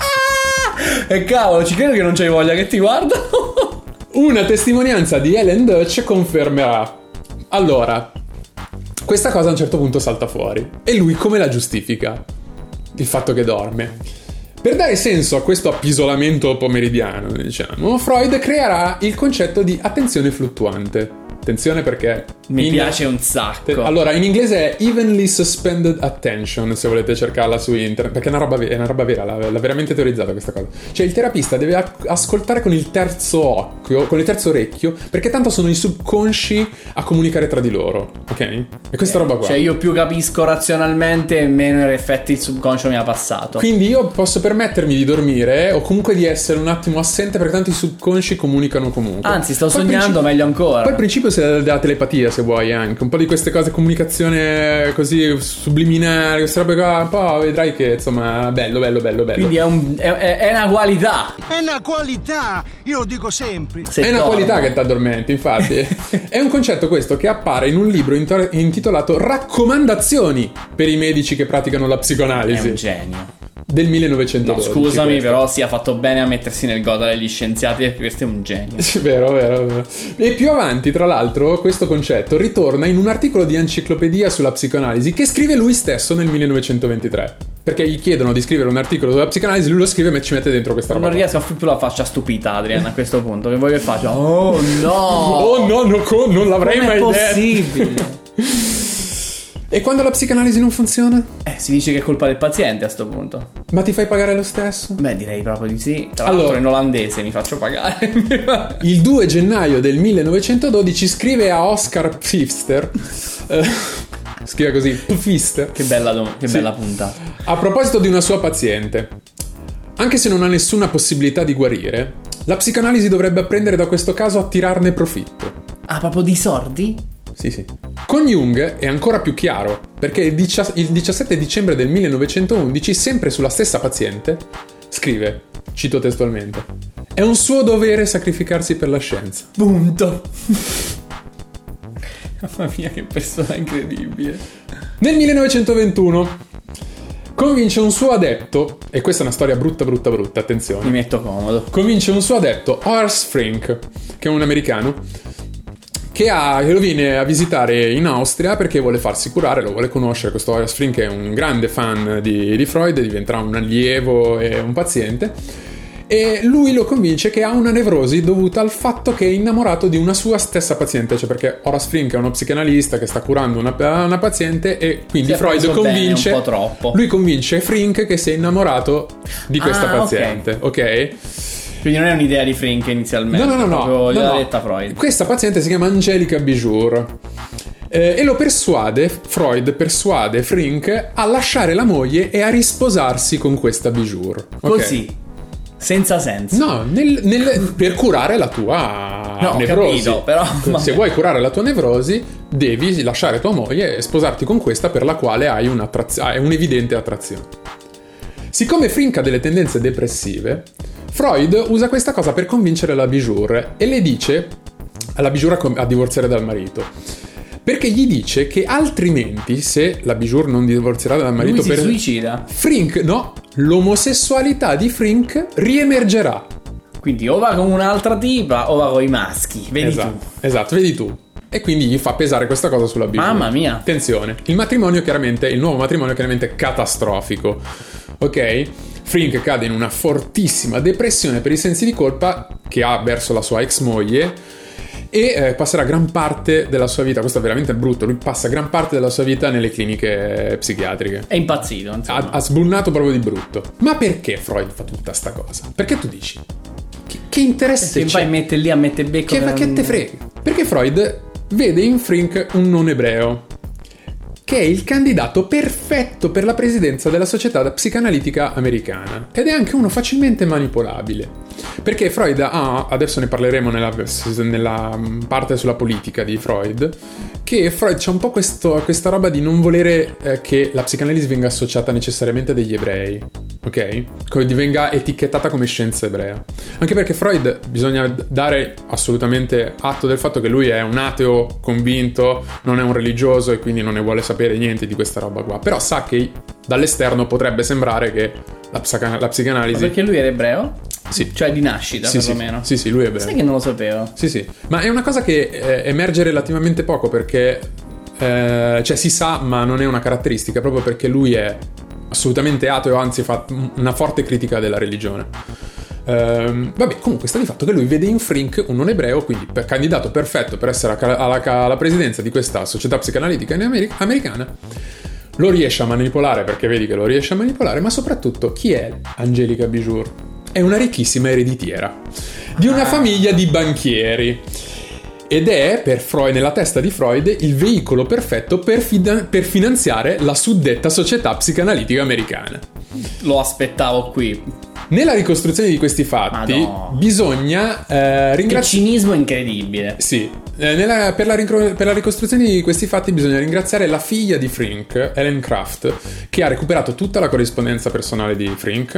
E cavolo, ci credo che non c'hai voglia che ti guardo. Una testimonianza di Ellen Dutch confermerà. Allora, questa cosa a un certo punto salta fuori. E lui come la giustifica? Il fatto che dorme. Per dare senso a questo appisolamento pomeridiano, diciamo, Freud creerà il concetto di attenzione fluttuante. Attenzione perché... Mi in- piace un sacco. Allora, in inglese è evenly suspended attention, se volete cercarla su internet, perché è una roba, ve- è una roba vera, l'ha, l'ha veramente teorizzata questa cosa. Cioè il terapista deve ac- ascoltare con il terzo occhio, con il terzo orecchio, perché tanto sono i subconsci a comunicare tra di loro, ok? E questa roba qua. Cioè io più capisco razionalmente, meno in effetti il subconscio mi ha passato. Quindi io posso permettermi di dormire o comunque di essere un attimo assente perché tanto i subconsci comunicano comunque. Anzi, sto Poi il sognando principio- meglio ancora. Poi il principio sia della telepatia, se vuoi, anche un po' di queste cose, comunicazione così subliminale, queste robe qua, un po' vedrai che insomma bello, bello, bello, bello. Quindi è, un, è, è- è una qualità. È una qualità, io lo dico sempre. Se È una dormo. qualità che ti addormenti, infatti. È un concetto questo che appare in un libro into- intitolato Raccomandazioni per i medici che praticano la È psicoanalisi un genio. del No, millenovecentododici. scusami, questo. però sia fatto bene a mettersi nel godo degli scienziati perché questo è un genio. Vero, vero, vero. E più avanti, tra l'altro, questo concetto ritorna in un articolo di enciclopedia sulla psicoanalisi che scrive lui stesso nel millenovecentoventitré. Perché gli chiedono di scrivere un articolo sulla psicoanalisi, lui lo scrive e ci mette dentro questa roba. Non riesco a fare più la faccia stupita, Adrian, a questo punto. Che vuoi che faccia? Oh no! Oh no, no co- non l'avrei Com'è mai detto. possibile? E quando la psicanalisi non funziona? Eh, si dice che è colpa del paziente a sto punto. Ma ti fai pagare lo stesso? Beh, direi proprio di sì. Tra Allora- l'altro in olandese mi faccio pagare. Il due gennaio del millenovecentododici scrive a Oscar Pfister, eh, scrive così, Pfister, Che bella, dom- che Sì. bella puntata. a proposito di una sua paziente. Anche se non ha nessuna possibilità di guarire, la psicanalisi dovrebbe apprendere da questo caso a tirarne profitto. Ah, proprio di sordi? Sì, sì. Con Jung è ancora più chiaro, perché il dicia- il diciassette dicembre del millenovecentoundici, sempre sulla stessa paziente, scrive, cito testualmente, «È un suo dovere sacrificarsi per la scienza». Punto. Mamma mia, che persona incredibile. Nel millenovecentoventuno convince un suo adepto, e questa è una storia brutta brutta brutta, Mi attenzione, metto comodo. convince un suo adepto, Horace Frink, che è un americano, che, ha, che lo viene a visitare in Austria perché vuole farsi curare, lo vuole conoscere. Questo Horace Frink è un grande fan di, di Freud, diventerà un allievo e un paziente, e lui lo convince che ha una nevrosi dovuta al fatto che è innamorato di una sua stessa paziente, cioè perché Horace Frink è uno psicanalista che sta curando una, una paziente, e quindi Si è Freud preso bene, convince un po' troppo. lui convince Frink che sia innamorato di questa Ah, paziente, ok? Quindi non è un'idea di Frink inizialmente. No, no, no, proprio no, gliel'ha no. detta Freud. Questa paziente si chiama Angelica Bijour. Eh, e lo persuade, Freud persuade Frink a lasciare la moglie e a risposarsi con questa Bijour. ok? Così. Senza senso. No, nel- nel- per curare la tua No, ho nevrosi. capito, però, Se vabbè. vuoi curare la tua nevrosi, devi lasciare tua moglie e sposarti con questa per la quale hai, un'attrazio- hai un'evidente attrazione. Siccome Frink ha delle tendenze depressive, Freud usa questa cosa per convincere la Bijour e le dice alla Bijour a, com- a divorziare dal marito. Perché gli dice che altrimenti, se la Bijour non divorzierà dal marito Lui si per suicida. Frink, no, l'omosessualità di Frink riemergerà. Quindi o va con un'altra tipa o va con i maschi. Vedi esatto, tu. esatto, vedi tu. E quindi gli fa pesare questa cosa sulla Bijour. Mamma mia. Attenzione, il matrimonio chiaramente, il nuovo matrimonio è chiaramente catastrofico. Ok? Frink cade in una fortissima depressione per i sensi di colpa che ha verso la sua ex moglie e eh, passerà gran parte della sua vita, questo è veramente brutto, lui passa gran parte della sua vita nelle cliniche psichiatriche. È impazzito, Ha, insomma. ha sbunnato proprio di brutto. Ma perché Freud fa tutta sta cosa? Perché tu dici? Che, che interesse Se c'è? vai mette lì a mette becco. Che, per- che te frega? Perché Freud vede in Frink un non ebreo che è il candidato perfetto per la presidenza della Società Psicanalitica Americana ed è anche uno facilmente manipolabile. Perché Freud ha, adesso ne parleremo nella, nella parte sulla politica di Freud, che Freud c'è un po' questo, questa roba di non volere eh, che la psicanalisi venga associata necessariamente a degli ebrei, ok? Come venga etichettata come scienza ebrea. Anche perché Freud bisogna dare assolutamente atto del fatto che lui è un ateo convinto, non è un religioso e quindi non ne vuole sapere niente di questa roba qua. Però sa che dall'esterno potrebbe sembrare che la, psica- la psicanalisi... Ma perché lui era ebreo? Sì. Cioè di nascita, Sì, sì, perlomeno. sì, sì, lui è ebreo. Sai che non lo sapevo. Sì, sì, ma è una cosa che eh, emerge relativamente poco perché, eh, cioè si sa, ma non è una caratteristica, proprio perché lui è assolutamente ateo, anzi fa una forte critica della religione. Ehm, vabbè, comunque sta di fatto che lui vede in Frink un non ebreo, quindi per candidato perfetto per essere alla, alla, alla presidenza di questa società psicanalitica in America, americana. Lo riesce a manipolare perché vedi che lo riesce a manipolare, ma soprattutto chi è Angelica Bijour? È una ricchissima ereditiera di una famiglia di banchieri ed è per Freud, nella testa di Freud, il veicolo perfetto per, fida- per finanziare la suddetta società psicanalitica americana. Lo aspettavo qui. Nella ricostruzione di questi fatti Madò. bisogna eh, Che ringraziare... cinismo incredibile. Sì, eh, nella- per, la rincro- per la ricostruzione di questi fatti bisogna ringraziare la figlia di Frink, Ellen Kraft, che ha recuperato tutta la corrispondenza personale di Frink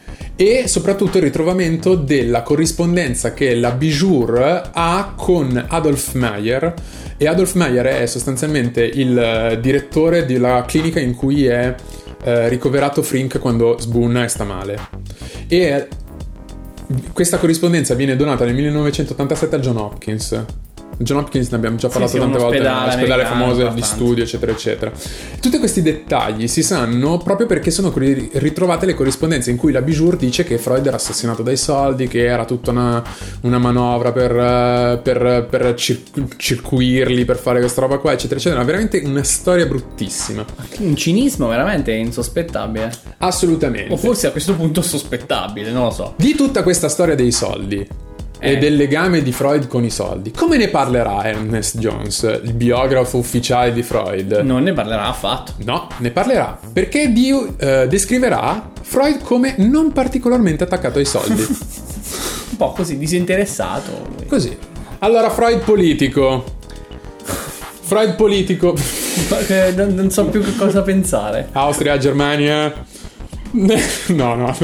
e soprattutto il ritrovamento della corrispondenza che la Bijour ha con Adolf Meyer, e Adolf Meyer è sostanzialmente il eh, direttore della clinica in cui è eh, ricoverato Frink quando sbunna e sta male. E questa corrispondenza viene donata nel millenovecentottantasette a John Hopkins. John Hopkins ne abbiamo già parlato sì, tante un volte, ospedale l'ospedale famoso di importante. studio, eccetera eccetera. Tutti questi dettagli si sanno proprio perché sono cri- ritrovate le corrispondenze in cui la Bijur dice che Freud era assassinato dai soldi, che era tutta una, una manovra per, uh, per, per cir- circuirli, per fare questa roba qua, eccetera eccetera. Veramente una storia bruttissima. Un cinismo veramente insospettabile. Assolutamente. O forse a questo punto sospettabile, non lo so. Di tutta questa storia dei soldi Eh. e del legame di Freud con i soldi, come ne parlerà Ernest Jones, il biografo ufficiale di Freud? Non ne parlerà affatto. No, ne parlerà perché Dio eh, descriverà Freud come non particolarmente attaccato ai soldi. Un po' così, disinteressato. Così. Allora, Freud politico. Freud politico. Eh, Non, non so più che cosa pensare. Austria, Germania. No, no.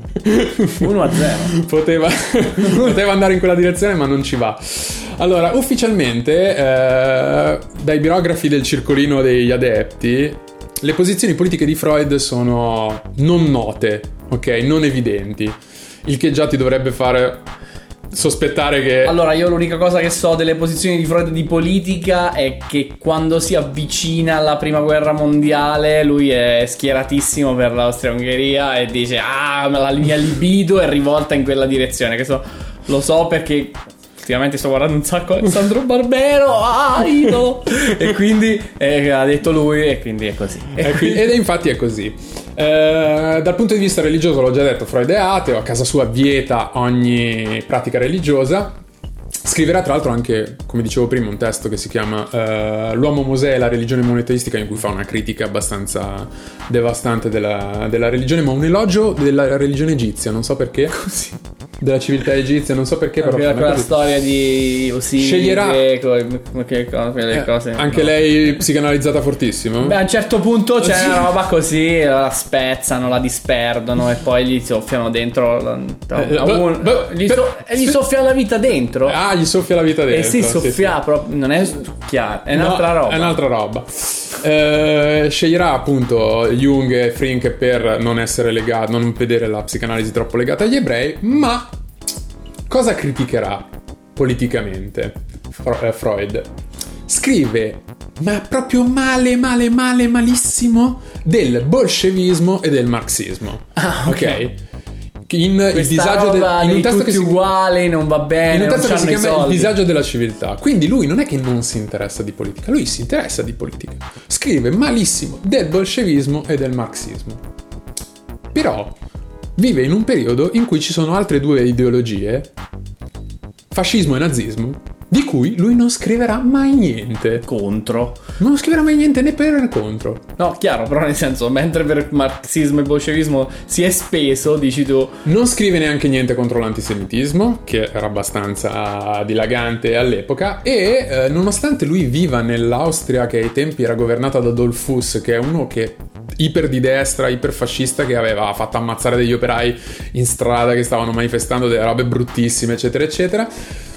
uno a zero. Poteva, poteva andare in quella direzione, ma non ci va. Allora, ufficialmente, eh, dai biografi del circolino degli adepti, le posizioni politiche di Freud sono non note, ok? Non evidenti. Il che già ti dovrebbe fare sospettare che... Allora, io l'unica cosa che so delle posizioni di Freud di politica è che quando si avvicina alla prima guerra mondiale lui è schieratissimo per l'Austria-Ungheria e dice ah, la mia libido è rivolta in quella direzione. Che so, lo so perché ultimamente sto guardando un sacco Alessandro Barbero, ah, idolo! E quindi eh, ha detto lui e quindi è così. E qui- ed è infatti è così. Eh, dal punto di vista religioso, l'ho già detto, Freud è ateo, a casa sua vieta ogni pratica religiosa. Scriverà tra l'altro anche, come dicevo prima, un testo che si chiama eh, L'uomo Mosè e la religione monoteistica, in cui fa una critica abbastanza devastante della, della religione, ma un elogio della religione egizia, non so perché. Così. Della civiltà egizia, non so perché, però Quella, fa una quella così. storia di Osiride, Sceglierà- co- che co- quelle Eh, cose. anche no. lei psicanalizzata fortissimo. Beh, a un certo punto c'è Sì. una roba così, la spezzano, la disperdono e poi gli soffiano dentro. la- Eh, a un- beh, gli, per- so- e gli soffia la vita dentro. Ah, gli soffia la vita e dentro. si sì, soffia proprio, non è succhiare, è No, un'altra roba. È un'altra roba. Eh, sceglierà appunto Jung e Frink per non essere legato, non vedere la psicanalisi troppo legata agli ebrei, ma cosa criticherà politicamente Fro- eh, Freud? Scrive, ma proprio male, male, male, malissimo, del bolscevismo e del marxismo. Ah, ok. In, il Questa disagio de- roba in un di testo tutti che si uguali, non va bene, in un non testo che si c'hanno i chiama Il soldi. disagio della civiltà. Quindi lui non è che non si interessa di politica, lui si interessa di politica. Scrive malissimo del bolscevismo e del marxismo. Però vive in un periodo in cui ci sono altre due ideologie, fascismo e nazismo, di cui lui non scriverà mai niente. Contro. Non scriverà mai niente né per né contro. No, chiaro, però nel senso, mentre per marxismo e bolscevismo si è speso, dici tu, Non scrive neanche niente contro l'antisemitismo, che era abbastanza dilagante all'epoca, e eh, nonostante lui viva nell'Austria che ai tempi era governata da Adolf Fuss, che è uno che iper di destra, iper fascista, che aveva fatto ammazzare degli operai in strada che stavano manifestando delle robe bruttissime, eccetera, eccetera,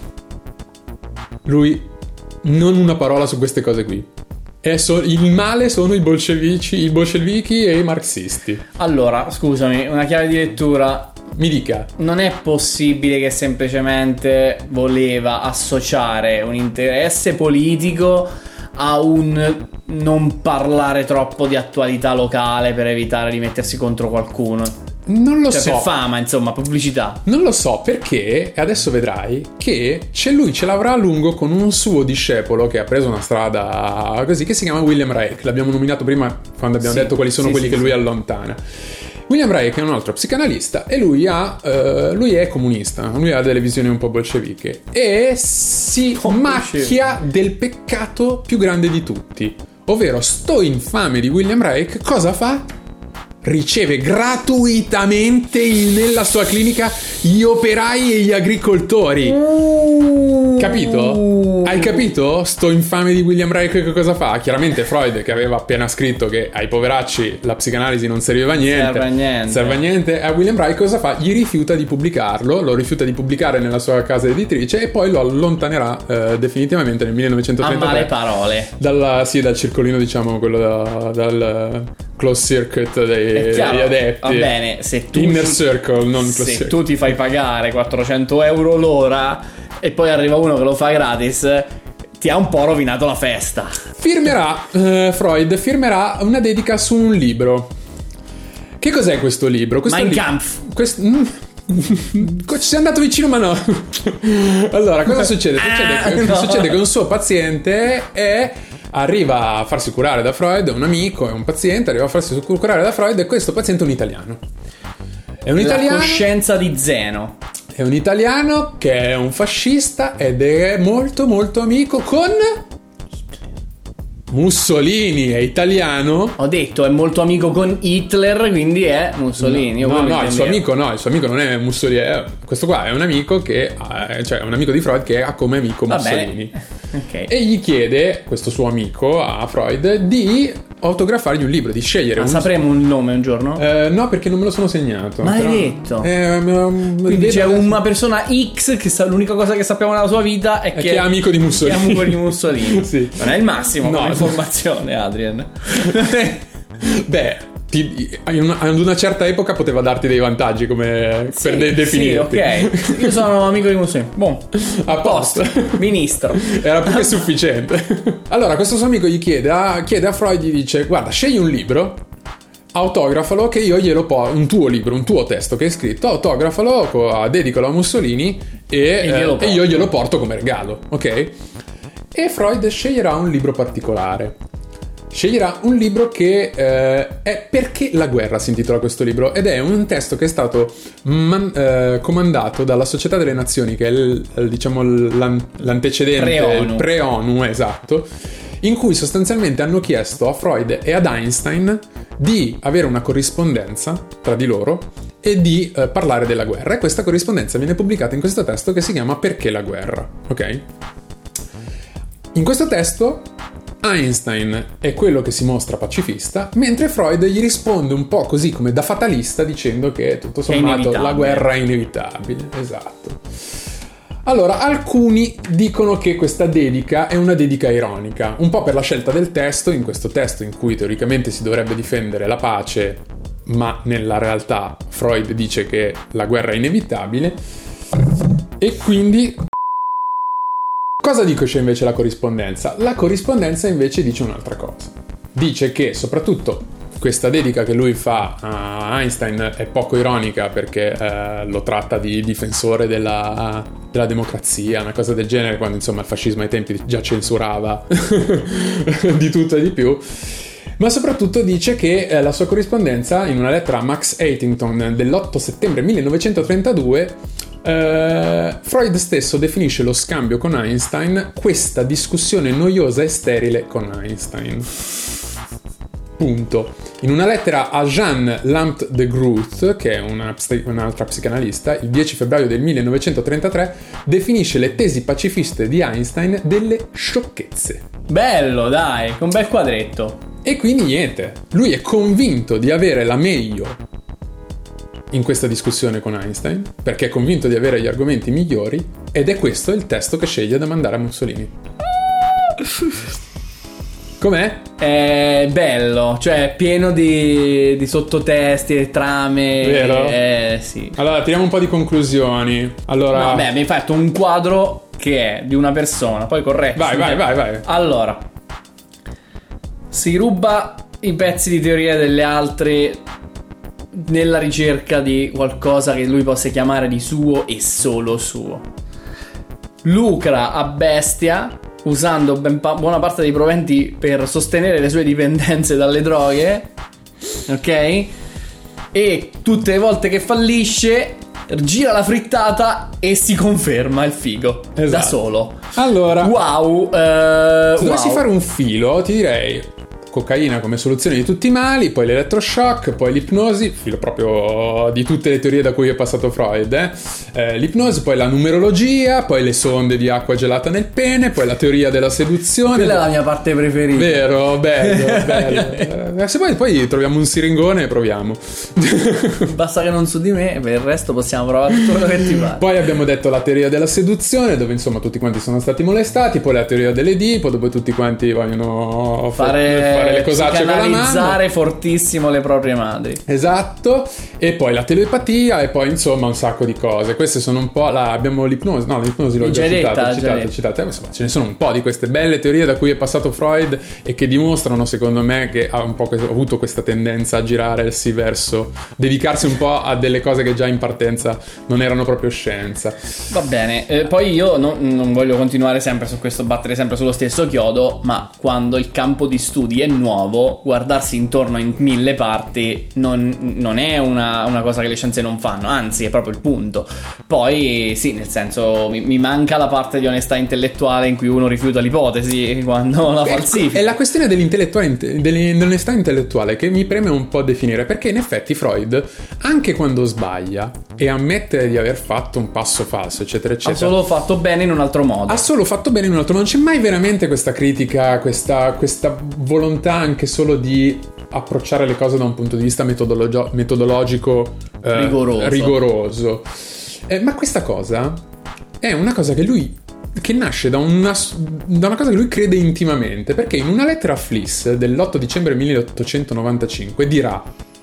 lui non una parola su queste cose qui. È so- il male sono i bolscevici, i bolscevichi e i marxisti. allora, scusami, una chiave di lettura. Mi dica. Non è possibile che semplicemente voleva associare un interesse politico a un non parlare troppo di attualità locale per evitare di mettersi contro qualcuno. Non lo Cioè, so. per fama, insomma, pubblicità. Non lo so perché, e adesso vedrai, che c'è lui ce l'avrà a lungo con un suo discepolo che ha preso una strada così, che si chiama William Reich. L'abbiamo nominato prima quando abbiamo Sì, detto quali sono sì, quelli sì, che lui sì. allontana. William Reich è un altro psicanalista e lui, ha, eh, lui è comunista, lui ha delle visioni un po' bolsceviche e si Oh, macchia del peccato più grande di tutti, ovvero sto infame di William Reich cosa fa? Riceve gratuitamente in- nella sua clinica gli operai e gli agricoltori. Capito? Hai capito? Sto infame di William Reich che cosa fa? Chiaramente Freud, che aveva appena scritto che ai poveracci la psicanalisi non serviva a niente, Serve a niente. serve a niente, a William Reich cosa fa? Gli rifiuta di pubblicarlo, lo rifiuta di pubblicare nella sua casa editrice e poi lo allontanerà eh, definitivamente nel A millenovecentotrentatré. male parole. Dalla, sì, dal circolino, diciamo, quello da- dal close circuit dei, È chiaro, degli adepti. va bene, se tu Inner ti- circle, non close se circle. tu ti fai pagare quattrocento euro l'ora e poi arriva uno che lo fa gratis, ti ha un po' rovinato la festa. Firmerà, eh, Freud firmerà una dedica su un libro. Che cos'è questo libro? Questo Mein li- Kampf. Questo... mm, ci sei andato vicino ma no. Allora cosa succede? Succede, Ah, che, no. succede che un suo paziente è, arriva a farsi curare da Freud, è un amico, è un paziente, arriva a farsi curare da Freud e questo paziente è un italiano. È un La italiano, coscienza di Zeno. è un italiano che è un fascista ed è molto molto amico con Mussolini. È italiano. Ho detto, è molto amico con Hitler, quindi è Mussolini. Io No, quello no, il suo intendevo. amico no, il suo amico non è Mussolini, è- questo qua è un amico che ha, cioè un amico di Freud che ha come amico Va Mussolini. bene. Ok. E gli chiede, questo suo amico a Freud, di autografargli un libro, di scegliere Ma un... sapremo un nome un giorno? Eh, no, perché non me lo sono segnato. Maledetto. Però- Eh, Quindi c'è vedo- una persona X che sa, l'unica cosa che sappiamo della sua vita è, È che è amico di Mussolini. Che è amico di Mussolini. Sì. Non è il massimo No. come informazione, Adrian. Beh, ti- in una- ad una certa epoca poteva darti dei vantaggi come Sì, per de- definirti. Sì, ok. Io sono amico di Mussolini. Buon. A posto. Ministro. Era più che sufficiente. Allora, questo suo amico gli chiede a, chiede a Freud, gli dice: guarda, scegli un libro, autografalo, che io glielo po- un tuo libro, un tuo testo che hai scritto, autografalo, co- dedicalo a Mussolini e, E glielo eh, e io porti. glielo porto come regalo, ok? E Freud sceglierà un libro particolare. Sceglierà un libro che eh, è Perché la guerra, si intitola questo libro, ed è un testo che è stato man- eh, comandato dalla Società delle Nazioni, che è il, il, diciamo l'an- l'antecedente, Pre-ONU. il pre-ONU, esatto, in cui sostanzialmente hanno chiesto a Freud e ad Einstein di avere una corrispondenza tra di loro e di eh, parlare della guerra, e questa corrispondenza viene pubblicata in questo testo che si chiama Perché la guerra, ok? In questo testo Einstein è quello che si mostra pacifista, mentre Freud gli risponde un po' così come da fatalista, dicendo che tutto sommato inevitabile. la guerra è inevitabile. Esatto. Allora, alcuni dicono che questa dedica è una dedica ironica, un po' per la scelta del testo, in questo testo in cui teoricamente si dovrebbe difendere la pace, ma nella realtà Freud dice che la guerra è inevitabile, e quindi... Cosa dice invece la corrispondenza? La corrispondenza invece dice un'altra cosa. Dice che soprattutto questa dedica che lui fa a Einstein è poco ironica, perché eh, lo tratta di difensore della, della democrazia, una cosa del genere, quando insomma il fascismo ai tempi già censurava di tutto e di più. Ma soprattutto dice che eh, la sua corrispondenza, in una lettera a Max Eitington dell'otto settembre millenovecentotrentadue, Uh, Freud stesso definisce lo scambio con Einstein questa discussione noiosa e sterile con Einstein. Punto. In una lettera a Jeanne Lampt de Groot, che è una, un'altra psicanalista, il dieci febbraio del millenovecentotrentatré definisce le tesi pacifiste di Einstein delle sciocchezze. Bello, dai, un bel quadretto. E quindi niente, lui è convinto di avere la meglio in questa discussione con Einstein, perché è convinto di avere gli argomenti migliori, ed è questo il testo che sceglie da mandare a Mussolini. Com'è? È bello, cioè pieno di, di sottotesti e trame. Vero? Eh, sì. Allora, tiriamo un po' di conclusioni. Allora, No, beh, mi hai fatto un quadro che è di una persona, poi corretto. vai, vai, vai, vai. Allora, si ruba i pezzi di teoria delle altre nella ricerca di qualcosa che lui possa chiamare di suo e solo suo. Lucra a bestia, usando ben pa- buona parte dei proventi per sostenere le sue dipendenze dalle droghe, ok? E tutte le volte che fallisce gira la frittata e si conferma il figo. Esatto. Da solo. Allora, Wow, eh, se dovessi wow. fare un filo, ti direi cocaina come soluzione di tutti i mali, poi l'elettroshock, poi l'ipnosi, filo proprio di tutte le teorie da cui è passato Freud, eh? Eh, l'ipnosi, poi la numerologia, poi le sonde di acqua gelata nel pene, poi la teoria della seduzione. Quella è la mia parte preferita. Vero, bello, bello. Eh, se poi, poi troviamo un siringone e proviamo. Basta che non su di me, per il resto possiamo provare tutto quello che ti pare. Poi abbiamo detto la teoria della seduzione, dove insomma tutti quanti sono stati molestati, poi la teoria dell'Edipo, dove tutti quanti vogliono Fare fare le cosacce con la mano. Canalizzare fortissimo le proprie madri. Esatto, e poi la telepatia e poi insomma un sacco di cose. Queste sono un po' la, abbiamo l'ipnosi, no l'ipnosi l'ho già, già detta, citata, già citata, detta. citata. Insomma, ce ne sono un po' di queste belle teorie da cui è passato Freud e che dimostrano secondo me che ha un po' que- avuto questa tendenza a girarsi verso dedicarsi un po' a delle cose che già in partenza non erano proprio scienza. Va bene, eh, poi io no, non voglio continuare sempre su questo, battere sempre sullo stesso chiodo, ma quando il campo di studi è nuovo, guardarsi intorno in mille parti non, non è una, una cosa che le scienze non fanno, anzi è proprio il punto. Poi sì, nel senso mi, mi manca la parte di onestà intellettuale in cui uno rifiuta l'ipotesi quando la falsifica. È la questione dell'intellettuale, dell'onestà intellettuale che mi preme un po' definire, perché in effetti Freud, anche quando sbaglia e ammette di aver fatto un passo falso, eccetera, eccetera, ha solo fatto bene in un altro modo. Ha solo fatto bene in un altro modo. Non c'è mai veramente questa critica, questa, questa volontà anche solo di approcciare le cose da un punto di vista metodologio- metodologico eh, rigoroso. rigoroso. Eh, ma questa cosa è una cosa che lui che nasce da una, da una cosa che lui crede intimamente, perché in una lettera a Fliss dell'otto dicembre milleottocentonovantacinque dirà: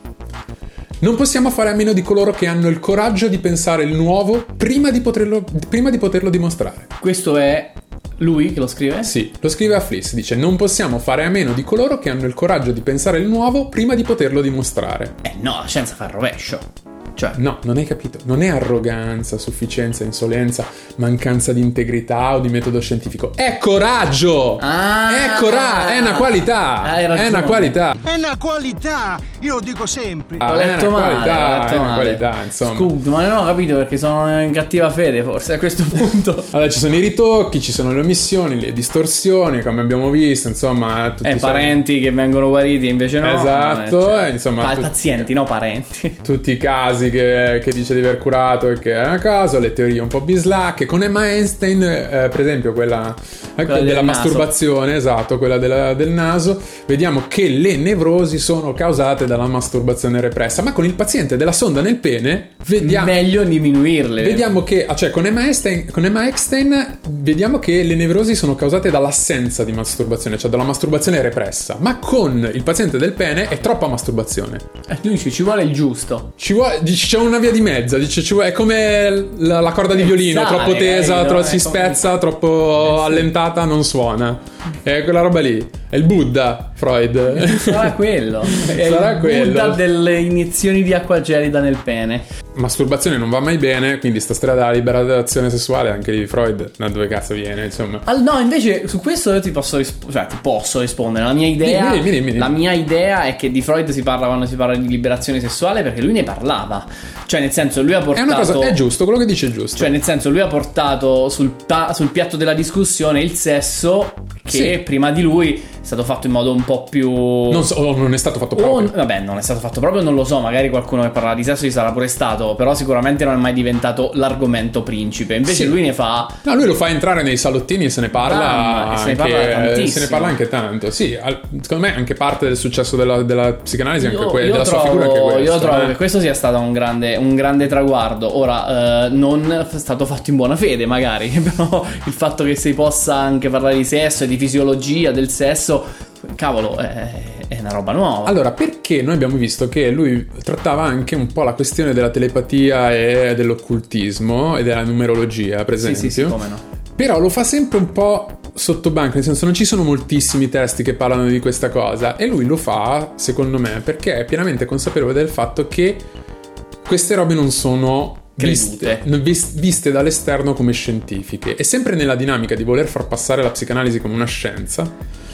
non possiamo fare a meno di coloro che hanno il coraggio di pensare il nuovo prima di poterlo, prima di poterlo dimostrare. Questo è lui che lo scrive? Sì, lo scrive a Fliss, dice: non possiamo fare a meno di coloro che hanno il coraggio di pensare il nuovo prima di poterlo dimostrare. Eh no, la scienza fa il rovescio. Cioè, no, non hai capito. Non è arroganza, sufficienza, insolenza, mancanza di integrità o di metodo scientifico. È coraggio! Ah, è coraggio! È una qualità! Hai ragione. È una qualità! È una qualità, io lo dico sempre. Ah, ho è letto una male, qualità, ho letto è una male. qualità, insomma. Scusa, ma non ho capito perché sono in cattiva fede, forse a questo punto. Allora, ci sono i ritocchi, ci sono le omissioni, le distorsioni, come abbiamo visto, insomma, tutti Eh, i parenti che vengono guariti invece no. Esatto, no, cioè, eh, insomma, pa- tu- pazienti, no parenti. tutti i casi che, che dice di aver curato e che è a caso, le teorie un po' bislacche. Con Emma Einstein, eh, per esempio, quella, eh, Quella della del masturbazione, esatto, quella della- del naso, vediamo che le nevrosi sono causate dalla masturbazione repressa. Ma con il paziente della sonda nel pene, vediamo. Meglio diminuirle. Vediamo che, cioè con Emma Einstein, con Emma Eckstein vediamo che le nevrosi sono causate dall'assenza di masturbazione, cioè dalla masturbazione repressa. Ma con il paziente del pene è troppa masturbazione. Eh, lui dice, ci vuole il giusto. Ci vuole, dice, c'è una via di mezza, dice, ci vuole, è come la, la corda di violino, Pezzare, troppo tesa, eh, tro- no, si è come- spezza, troppo Eh, sì. allentata, non suona. È quella roba lì. È il Buddha, Freud. Sarà quello. È Sarà il quello. Buddha delle iniezioni di acqua gelida nel pene. Masturbazione non va mai bene, quindi sta storia della liberazione sessuale anche di Freud, da dove cazzo viene, insomma. Al- no, invece su questo io ti posso, risp- cioè, ti posso rispondere. La mia idea, Dimmi, dimmi, dimmi, dimmi. la mia idea è che di Freud si parla quando si parla di liberazione sessuale perché lui ne parlava. Cioè, nel senso, lui ha È portato. una cosa, è giusto, quello che dice è giusto. Cioè, nel senso, lui ha portato sul, pa- sul piatto della discussione il sesso che Sì. prima di lui è stato fatto in modo un po' più. non, so, o non è stato fatto O- proprio. vabbè, non è stato fatto proprio, non lo so, magari qualcuno che parla di sesso ci sarà pure stato, però sicuramente non è mai diventato l'argomento principe. Invece Sì. lui ne fa. No, lui lo fa entrare nei salottini e se ne parla, Ah, e se ne anche, parla tantissimo. se ne parla anche tanto. Sì, al- secondo me anche parte del successo della, della psicanalisi, anche Io- que- io della trovo, sua figura, anche questo. io trovo eh. che questo sia stato un grande, un grande traguardo. Ora, eh, non è stato fatto in buona fede, magari, però il fatto che si possa anche parlare di sesso e di fisiologia del sesso, cavolo, è, è una roba nuova. Allora, perché noi abbiamo visto che lui trattava anche un po' la questione della telepatia e dell'occultismo e della numerologia, per sì, esempio. sì, sì, come no. Però lo fa sempre un po' sotto banco, nel senso non ci sono moltissimi testi che parlano di questa cosa e lui lo fa, secondo me, perché è pienamente consapevole del fatto che queste robe non sono viste, Credute. vis- viste dall'esterno come scientifiche. E sempre nella dinamica di voler far passare la psicanalisi come una scienza,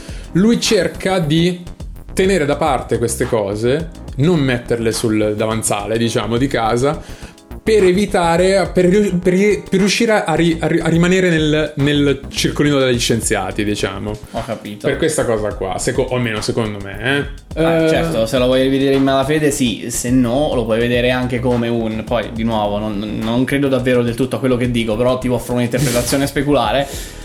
lui cerca di tenere da parte queste cose, non metterle sul davanzale, diciamo, di casa, per evitare, per, riu- per ri- per riuscire a, ri- a ri- a rimanere nel, nel circolino degli scienziati, diciamo. Ho capito. Per questa cosa qua, seco- o almeno secondo me, eh. Ah, Eh, certo, se lo vuoi vedere in malafede sì, se no lo puoi vedere anche come un. Poi di nuovo non, non credo davvero del tutto a quello che dico, però ti offro un'interpretazione speculare.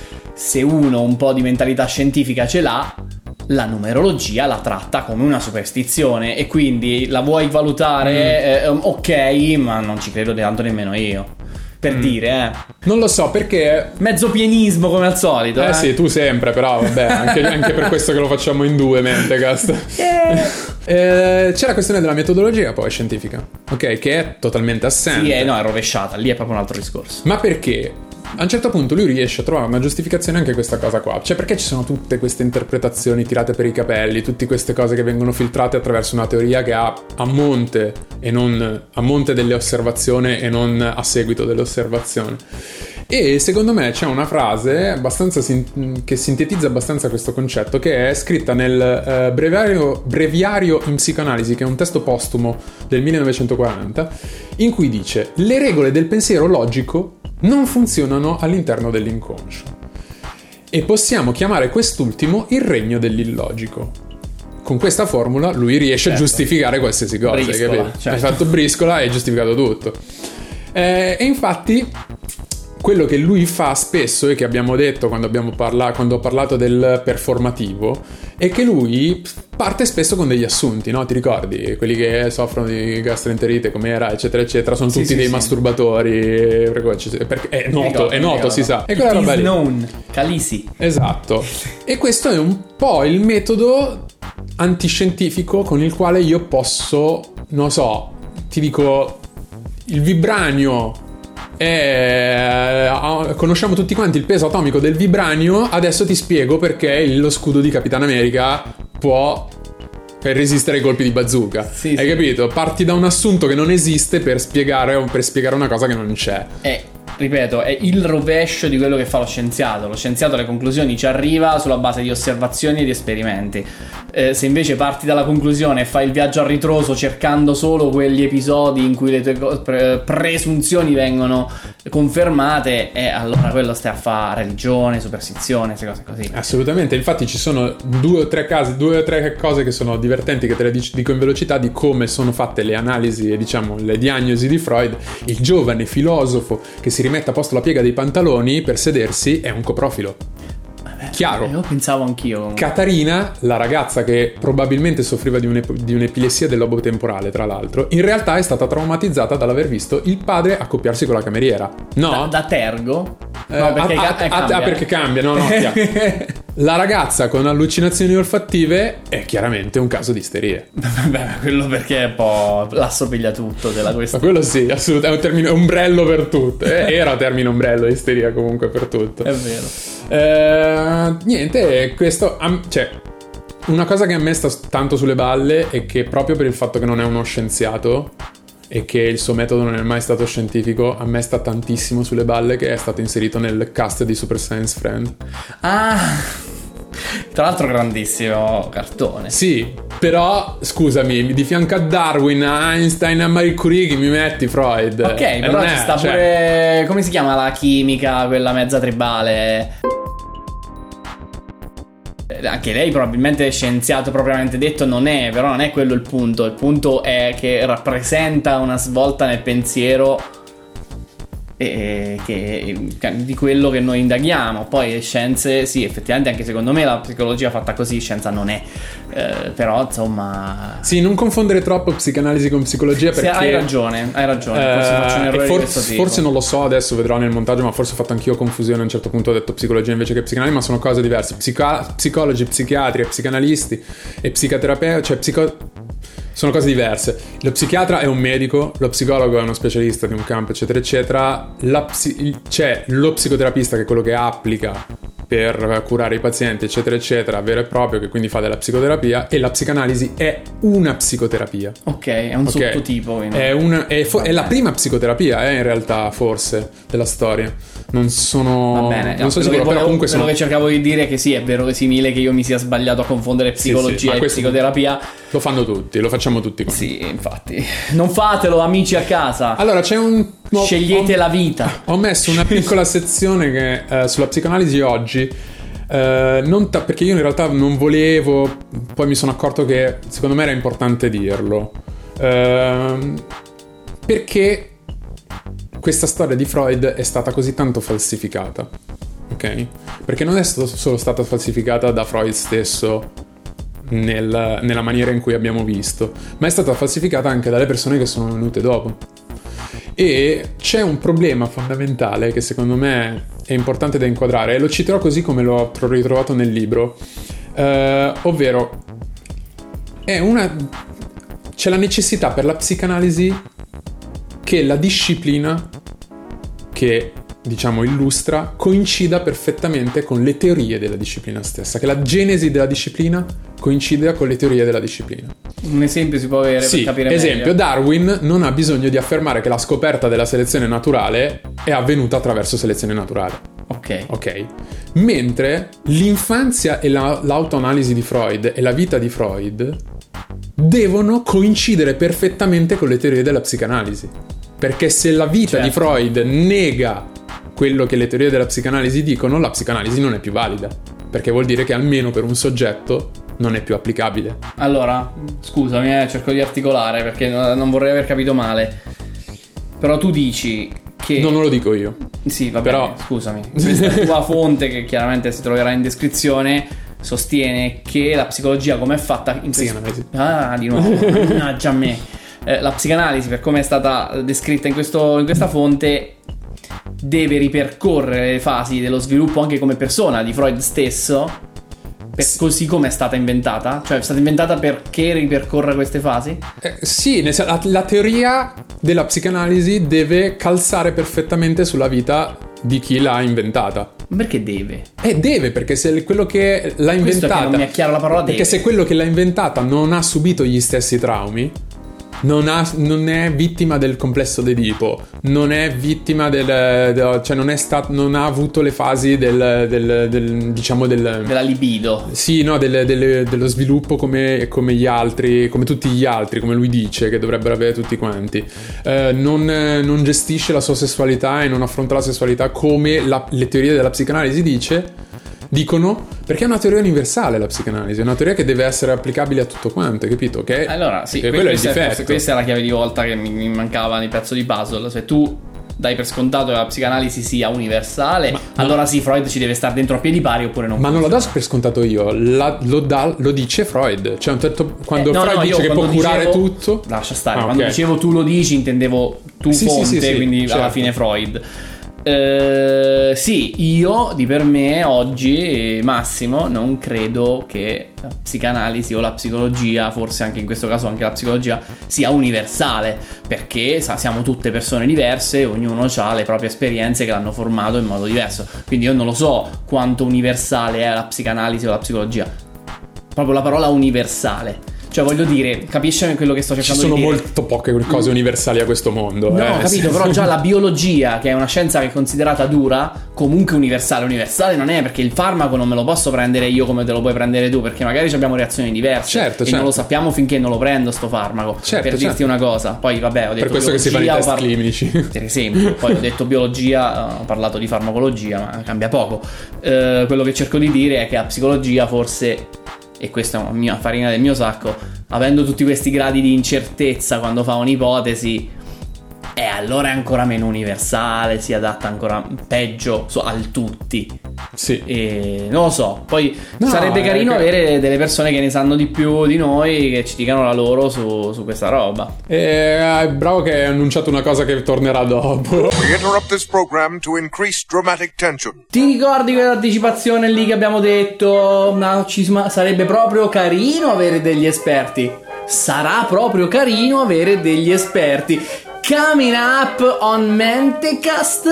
Se uno un po' di mentalità scientifica ce l'ha, la numerologia la tratta come una superstizione e quindi la vuoi valutare, eh, ok, ma non ci credo tanto nemmeno io. per mm. dire, eh. Non lo so perché... Mezzo pienismo come al solito. Eh, eh? sì, tu sempre, però vabbè, anche, anche per questo che lo facciamo in due, Mentecast. Yeah. eh, c'è la questione della metodologia poi scientifica, ok? Che è totalmente assente. Sì, è, no, è rovesciata, lì è proprio un altro discorso. Ma perché? A un certo punto lui riesce a trovare una giustificazione anche a questa cosa qua. Cioè, perché ci sono tutte queste interpretazioni tirate per i capelli, tutte queste cose che vengono filtrate attraverso una teoria che ha a monte e non a monte delle osservazioni e non a seguito delle osservazioni. E secondo me c'è una frase abbastanza sin- che sintetizza abbastanza questo concetto, che è scritta nel uh, breviario, breviario in psicoanalisi, che è un testo postumo del millenovecentoquaranta, in cui dice: le regole del pensiero logico non funzionano all'interno dell'inconscio e possiamo chiamare quest'ultimo il regno dell'illogico. Con questa formula lui riesce certo. a giustificare qualsiasi cosa, briscola, capito? certo. Hai fatto briscola e hai giustificato tutto. Eh, e infatti quello che lui fa spesso, e che abbiamo detto quando abbiamo parla- quando ho parlato del performativo, è che lui parte spesso con degli assunti, no? Ti ricordi? Quelli che soffrono di gastroenterite, com'era, eccetera, eccetera, sono sì, tutti sì, dei sì. masturbatori, perché è noto, ricordo, è noto, si sa. E quella roba lì. Known. Calisi. Esatto. E questo è un po' il metodo antiscientifico con il quale io posso, non so, ti dico, il vibranio è, conosciamo tutti quanti il peso atomico del vibranio, adesso ti spiego perché lo scudo di Capitan America può per resistere ai colpi di bazooka. Sì, hai sì. capito? Parti da un assunto che non esiste per spiegare, per spiegare una cosa che non c'è. Eh, ripeto, è il rovescio di quello che fa lo scienziato. Lo scienziato alle conclusioni ci arriva sulla base di osservazioni e di esperimenti. Eh, se invece parti dalla conclusione e fai il viaggio a ritroso cercando solo quegli episodi in cui le tue pre- presunzioni vengono confermate, e eh, allora quello stai a fare religione, superstizione, queste cose così. Assolutamente. Infatti ci sono due o tre casi, due o tre cose che sono divertenti, che te le dico in velocità, di come sono fatte le analisi e diciamo le diagnosi di Freud. Il giovane filosofo che si rimette a posto la piega dei pantaloni per sedersi è un coprofilo. Chiaro. Io pensavo anch'io. Catarina, la ragazza che probabilmente soffriva di, un'ep- di un'epilessia del lobo temporale, tra l'altro, in realtà è stata traumatizzata dall'aver visto il padre accoppiarsi con la cameriera. No? Da, da tergo? Eh, no, perché, a, ca- a, cambia. Ah, perché cambia, no, no. La ragazza con allucinazioni olfattive è chiaramente un caso di isteria. Beh, quello perché è un po' l'assomiglia tutto della questione. Ma quello sì, assolutamente, è un termine ombrello per tutto. Era termine ombrello, isteria comunque per tutto. È vero. Eh, niente, questo, cioè, una cosa che a me sta tanto sulle balle è che proprio per il fatto che non è uno scienziato e che il suo metodo non è mai stato scientifico, a me sta tantissimo sulle balle che è stato inserito nel cast di Super Science Friend. Ah, tra l'altro grandissimo cartone. Sì, però scusami, di fianco a Darwin, a Einstein, a Marie Curie che mi metti Freud. Ok, eh, però ci è, sta cioè... pure, come si chiama la chimica, quella mezza tribale? Anche lei probabilmente scienziato propriamente detto non è, però non è quello il punto. Il punto è che rappresenta una svolta nel pensiero e che, di quello che noi indaghiamo. Poi le scienze, sì, effettivamente anche secondo me la psicologia fatta così scienza non è, eh, però insomma sì, non confondere troppo psicanalisi con psicologia, perché sì, hai ragione, hai ragione, forse eh, faccio un errore for- di questo tipo. Forse non lo so, adesso vedrò nel montaggio, ma forse ho fatto anch'io confusione, a un certo punto ho detto psicologia invece che psicanalisi, ma sono cose diverse. Psica- psicologi, psichiatri e psicanalisti e psicoterapeuti, cioè psico... sono cose diverse. Lo psichiatra è un medico, lo psicologo è uno specialista di un campo, eccetera eccetera. La psi- c'è lo psicoterapista che è quello che applica per curare i pazienti, eccetera eccetera, vero e proprio, che quindi fa della psicoterapia, e la psicanalisi è una psicoterapia. Ok, è un okay. sottotipo. È, una, è, fo- è la prima psicoterapia, eh, in realtà, forse, della storia. Non sono... Va bene, non no, so quello, sicuro, che, però comunque quello sono... che cercavo di dire è che sì, è vero che è simile che io mi sia sbagliato a confondere psicologia sì, sì, e psicoterapia. Lo fanno tutti, lo facciamo tutti. Quindi. Sì, infatti. Non fatelo, amici a casa. Allora, c'è un... No, scegliete ho, la vita. Ho messo una piccola sezione che eh, sulla psicoanalisi oggi, eh, non ta- perché io in realtà non volevo, poi mi sono accorto che secondo me era importante dirlo, eh, perché questa storia di Freud è stata così tanto falsificata, ok? Perché non è stato solo stata falsificata da Freud stesso nel, nella maniera in cui abbiamo visto, ma è stata falsificata anche dalle persone che sono venute dopo. E c'è un problema fondamentale che secondo me è importante da inquadrare, e lo citerò così come l'ho ritrovato nel libro, eh, ovvero è una c'è la necessità per la psicanalisi che la disciplina che diciamo illustra coincida perfettamente con le teorie della disciplina stessa, che la genesi della disciplina coincida con le teorie della disciplina. Un esempio si può avere sì, per capire esempio, meglio. Darwin non ha bisogno di affermare che la scoperta della selezione naturale è avvenuta attraverso selezione naturale. Ok. Ok. Mentre l'infanzia e la, l'autoanalisi di Freud e la vita di Freud devono coincidere perfettamente con le teorie della psicanalisi. Perché se la vita certo. di Freud nega quello che le teorie della psicanalisi dicono, la psicanalisi non è più valida. Perché vuol dire che almeno per un soggetto non è più applicabile. Allora, scusami, eh, cerco di articolare perché non vorrei aver capito male. Però tu dici che... No, non lo dico io. Sì, va Però... bene, scusami. Questa tua fonte, che chiaramente si troverà in descrizione, sostiene che la psicologia come è fatta... In Psicanalisi. Ah, di nuovo, mannaggia a me. Eh, la psicanalisi, per come è stata descritta in, questo, in questa fonte, deve ripercorrere le fasi dello sviluppo anche come persona di Freud stesso, per, così come è stata inventata. Cioè è stata inventata perché ripercorra queste fasi? Eh, sì, nel senso, la, la teoria della psicanalisi deve calzare perfettamente sulla vita di chi l'ha inventata. Ma perché deve? Eh, deve, perché se quello che l'ha inventata... Questo è che non mi è chiara la parola deve. Perché se quello che l'ha inventata non ha subito gli stessi traumi, non, ha, non è vittima del complesso d'Edipo, non è vittima del, del cioè non è stato, non ha avuto le fasi del, del, del diciamo del della libido. Sì, no, del, del, dello sviluppo come, come gli altri, come tutti gli altri, come lui dice che dovrebbero avere tutti quanti. Eh, non, non gestisce la sua sessualità e non affronta la sessualità come la, le teorie della psicanalisi dice. Dicono, perché è una teoria universale la psicanalisi, è una teoria che deve essere applicabile a tutto quanto, capito? Che allora, sì, che quello è il questa, difetto. È, questa è la chiave di volta che mi, mi mancava nel pezzo di puzzle. Se tu dai per scontato che la psicanalisi sia universale, ma, allora ma, sì, Freud ci deve stare dentro a piedi pari oppure non. Ma non lo do per scontato io, la, lo, da, lo dice Freud. Cioè un certo, quando eh, no, Freud no, dice che può dicevo, curare tutto. Lascia stare, ah, quando okay. dicevo tu lo dici intendevo tu sì, fonte, sì, sì, sì, quindi certo. alla fine Freud. Uh, sì, io di per me oggi, Massimo, non credo che la psicanalisi o la psicologia, forse anche in questo caso anche la psicologia, sia universale, perché sa, siamo tutte persone diverse, ognuno ha le proprie esperienze che l'hanno formato in modo diverso, quindi io non lo so quanto universale è la psicanalisi o la psicologia, proprio la parola universale. Cioè voglio dire, capisci quello che sto cercando di dire? Ci sono molto poche cose universali a questo mondo. No, eh. ho capito, però già la biologia, che è una scienza che è considerata dura, comunque universale. Universale non è, perché il farmaco non me lo posso prendere io come te lo puoi prendere tu, perché magari abbiamo reazioni diverse. Certo, e certo. non lo sappiamo finché non lo prendo sto farmaco. Certo, per certo. dirti una cosa. Poi vabbè, ho detto per questo che si fanno i test par- clinici. Per esempio, poi ho detto biologia, ho parlato di farmacologia, ma cambia poco. Eh, quello che cerco di dire è che la psicologia forse... e questa è una mia farina del mio sacco, avendo tutti questi gradi di incertezza quando fa un'ipotesi, e eh, allora è ancora meno universale, si adatta ancora peggio so, al tutti. Sì. E non lo so, poi no, sarebbe carino che... avere delle persone che ne sanno di più di noi, che ci dicano la loro su, su questa roba. E, bravo che hai annunciato una cosa che tornerà dopo. We interrupt this program to increase dramatic tension. Ti ricordi quell'anticipazione lì che abbiamo detto? No, ci sma- sarebbe proprio carino avere degli esperti. Sarà proprio carino avere degli esperti. Coming up on Mentecast,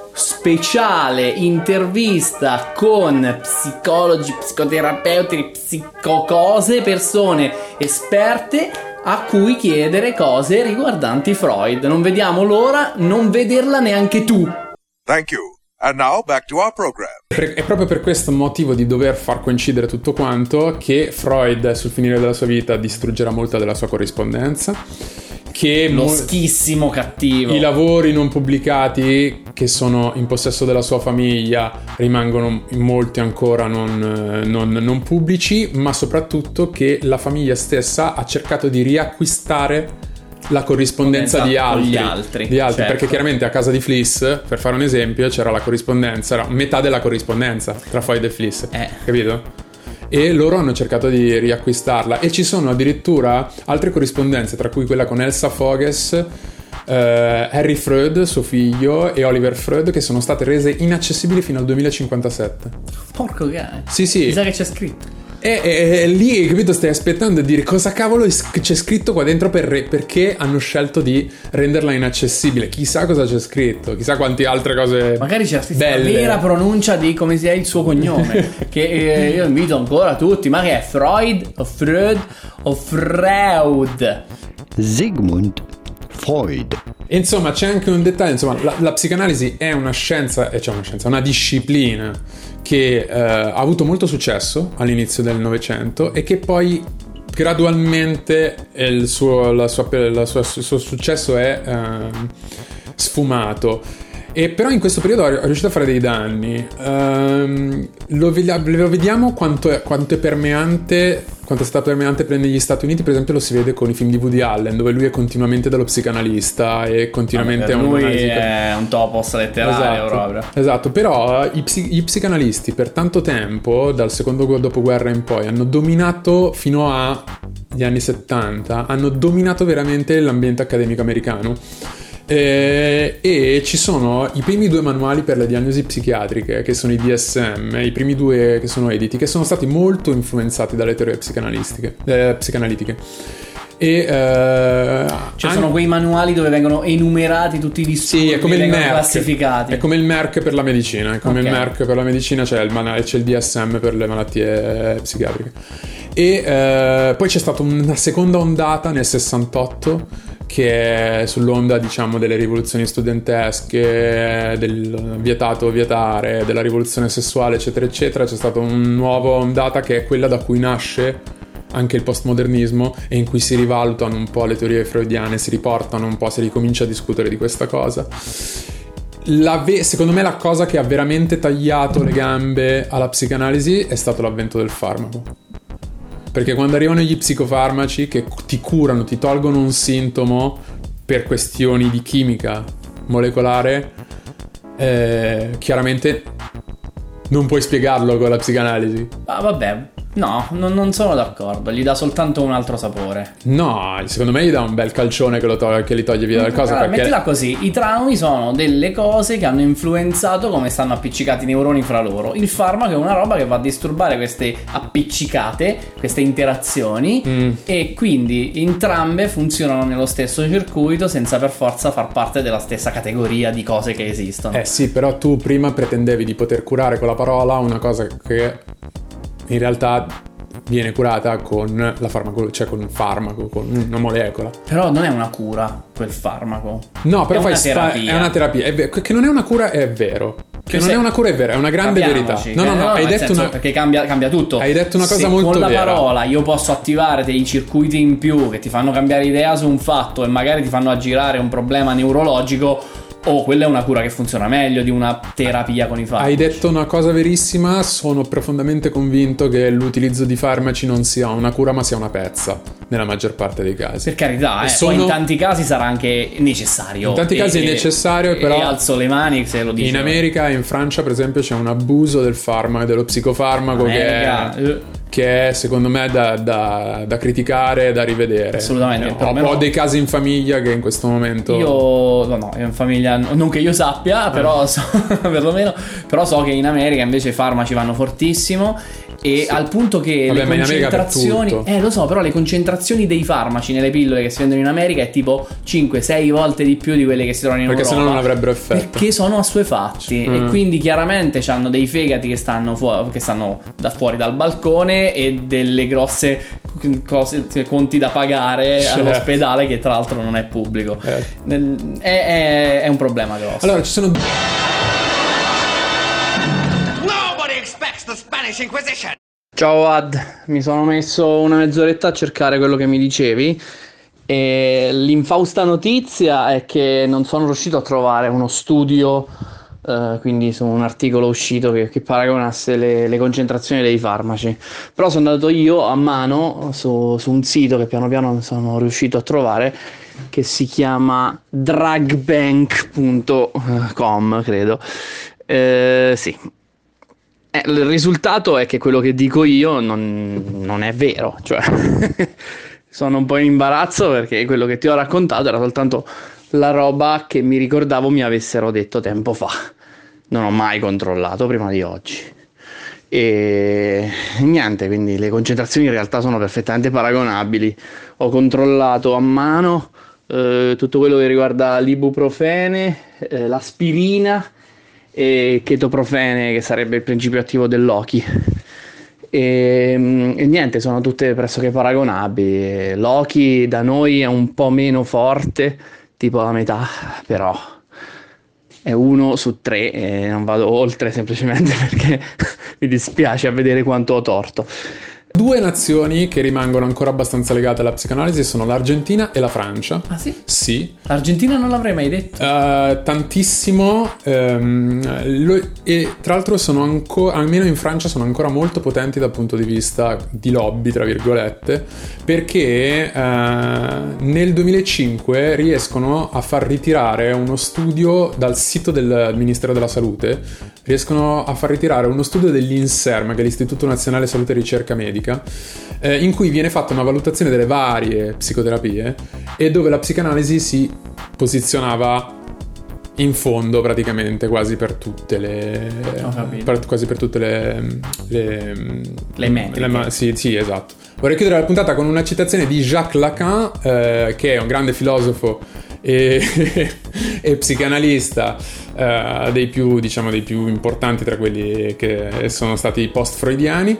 speciale intervista con psicologi, psicoterapeuti, psicocose, persone esperte a cui chiedere cose riguardanti Freud. Non vediamo l'ora, non vederla neanche tu. Thank you. And now back to our program. È proprio per questo motivo di dover far coincidere tutto quanto che Freud sul finire della sua vita distruggerà molta della sua corrispondenza, che lo mo- schissimo cattivo. I lavori non pubblicati che sono in possesso della sua famiglia rimangono molti ancora non, non, non pubblici, ma soprattutto che la famiglia stessa ha cercato di riacquistare la corrispondenza di altri, gli altri, di altri certo. Perché chiaramente a casa di Fliss, per fare un esempio, c'era la corrispondenza, era metà della corrispondenza tra Freud e Fliss, eh. capito? E loro hanno cercato di riacquistarla, e ci sono addirittura altre corrispondenze, tra cui quella con Elsa Foges, eh, Harry Freud, suo figlio, e Oliver Freud, che sono state rese inaccessibili fino al duemilacinquantasette. Porco cane. Sì, sì. Chissà che c'è scritto. E, e, e lì, capito, stai aspettando di dire cosa cavolo c'è scritto qua dentro, per, perché hanno scelto di renderla inaccessibile. Chissà cosa c'è scritto, chissà quante altre cose. Magari c'è scritto la belle. vera pronuncia di come sia il suo cognome. Che eh, io invito ancora tutti. Ma che è Freud o Freud o Freud? Sigmund Freud. E insomma, c'è anche un dettaglio, insomma, la, la psicanalisi è una scienza, e cioè una scienza, una disciplina che eh, ha avuto molto successo all'inizio del Novecento e che poi gradualmente il suo, la sua, la sua, il suo successo è eh, sfumato. E però in questo periodo è riuscito a fare dei danni. Um, lo, lo vediamo quanto è, quanto è permeante, quanto è stato permeante negli Stati Uniti, per esempio lo si vede con i film di Woody Allen, dove lui è continuamente dallo psicanalista e continuamente ah, lui un è un topos letterario, esatto, proprio. Esatto, però i, psi, gli psicanalisti per tanto tempo, dal secondo dopoguerra in poi, hanno dominato fino agli anni settanta, hanno dominato veramente l'ambiente accademico americano. Eh, e ci sono i primi due manuali per le diagnosi psichiatriche, che sono i D S M, i primi due che sono editi, che sono stati molto influenzati dalle teorie psicanalistiche, eh, psicanalitiche. E eh, cioè anche... sono quei manuali dove vengono enumerati tutti i disturbi, sì, è come il vengono Merck, classificati. è come il Merck per la medicina, è come okay. il Merck per la medicina, c'è il, man- c'è il D S M per le malattie psichiatriche. E eh, poi c'è stata una seconda ondata nel sessantotto, che è sull'onda, diciamo, delle rivoluzioni studentesche, del vietato vietare, della rivoluzione sessuale, eccetera eccetera. C'è stata una nuova ondata che è quella da cui nasce anche il postmodernismo, e in cui si rivalutano un po' le teorie freudiane, si riportano un po', si ricomincia a discutere di questa cosa. La ve- secondo me la cosa che ha veramente tagliato le gambe alla psicanalisi è stato l'avvento del farmaco. Perché quando arrivano gli psicofarmaci che ti curano, ti tolgono un sintomo per questioni di chimica molecolare, eh, chiaramente non puoi spiegarlo con la psicanalisi. Ah, vabbè, no, non, non sono d'accordo, gli dà soltanto un altro sapore. No, secondo me gli dà un bel calcione che, lo to- che li toglie via dal cosa. Allora, perché... mettila così, i traumi sono delle cose che hanno influenzato come stanno appiccicati i neuroni fra loro. Il farmaco è una roba che va a disturbare queste appiccicate, queste interazioni, mm. e quindi entrambe funzionano nello stesso circuito senza per forza far parte della stessa categoria di cose che esistono. Eh sì, però tu prima pretendevi di poter curare con la parola una cosa che in realtà viene curata con la farmaco, cioè con un farmaco, con una molecola. Però non è una cura quel farmaco. No, però è fai una spa- terapia. è una terapia. È ver- che non è una cura è vero. Che non se- è una cura è vero, è una grande verità. Capiamoci, No, no, eh, no, hai nel detto senso, una perché cambia, cambia tutto. Hai detto una cosa Se molto con la vera. parola io posso attivare dei circuiti in più che ti fanno cambiare idea su un fatto e magari ti fanno aggirare un problema neurologico, oh, quella è una cura che funziona meglio di una terapia con i farmaci. Hai detto una cosa verissima, sono profondamente convinto che l'utilizzo di farmaci non sia una cura ma sia una pezza, nella maggior parte dei casi. Per carità, eh, sono... poi in tanti casi sarà anche necessario. In tanti e, casi è necessario, e, però e alzo le mani se lo dici. in America e in Francia, per esempio, c'è un abuso del farmaco, dello psicofarmaco che America, è... eh. che è secondo me da, da, da criticare, da rivedere. Assolutamente. Eh, ho, perlomeno... ho dei casi in famiglia che in questo momento Io no, no, in famiglia non che io sappia, però so, perlomeno, però so che in America invece i farmaci vanno fortissimo. E sì. al punto che Vabbè, le concentrazioni eh lo so, però le concentrazioni dei farmaci nelle pillole che si vendono in America è tipo cinque sei volte di più di quelle che si trovano in perché Europa, sennò non avrebbero effetto, perché sono assuefatti, mm. e quindi chiaramente hanno dei fegati che stanno fuori, che stanno da fuori dal balcone, e delle grosse cose, conti da pagare, certo, all'ospedale, che tra l'altro non è pubblico, certo. è, è, è un problema grosso. Allora ci sono Ciao Ad, mi sono messo una mezz'oretta a cercare quello che mi dicevi, e l'infausta notizia è che non sono riuscito a trovare uno studio, eh, quindi su un articolo uscito che, che paragonasse le, le concentrazioni dei farmaci, però sono andato io a mano su, su un sito che piano piano sono riuscito a trovare, che si chiama drugbank punto com, credo. Eh, sì. Eh, il risultato è che quello che dico io non, non è vero, cioè sono un po' in imbarazzo perché quello che ti ho raccontato era soltanto la roba che mi ricordavo mi avessero detto tempo fa. Non ho mai controllato prima di oggi. E niente, quindi le concentrazioni in realtà sono perfettamente paragonabili. Ho controllato a mano eh, tutto quello che riguarda l'ibuprofene, eh, l'aspirina e chetoprofene, che sarebbe il principio attivo dell'Oki. E, e niente, sono tutte pressoché paragonabili. L'Oki da noi è un po' meno forte, tipo la metà, però è uno su tre e non vado oltre semplicemente perché mi dispiace a vedere quanto ho torto. Due nazioni che rimangono ancora abbastanza legate alla psicanalisi sono l'Argentina e la Francia. Ah sì? Sì. L'Argentina non l'avrei mai detto. Uh, tantissimo. Um, lo, e tra l'altro sono ancora, almeno in Francia, sono ancora molto potenti dal punto di vista di lobby, tra virgolette, perché uh, nel duemilacinque riescono a far ritirare uno studio dal sito del Ministero della Salute, riescono a far ritirare uno studio dell'INSERM, che è l'Istituto Nazionale Salute e Ricerca Medica, eh, in cui viene fatta una valutazione delle varie psicoterapie e dove la psicanalisi si posizionava in fondo praticamente quasi per tutte le per, quasi per tutte le le, le metriche. Le, sì, sì, esatto. Vorrei chiudere la puntata con una citazione di Jacques Lacan, eh, che è un grande filosofo e, e psicanalista, eh, dei più, diciamo, dei più importanti tra quelli che sono stati post-freudiani.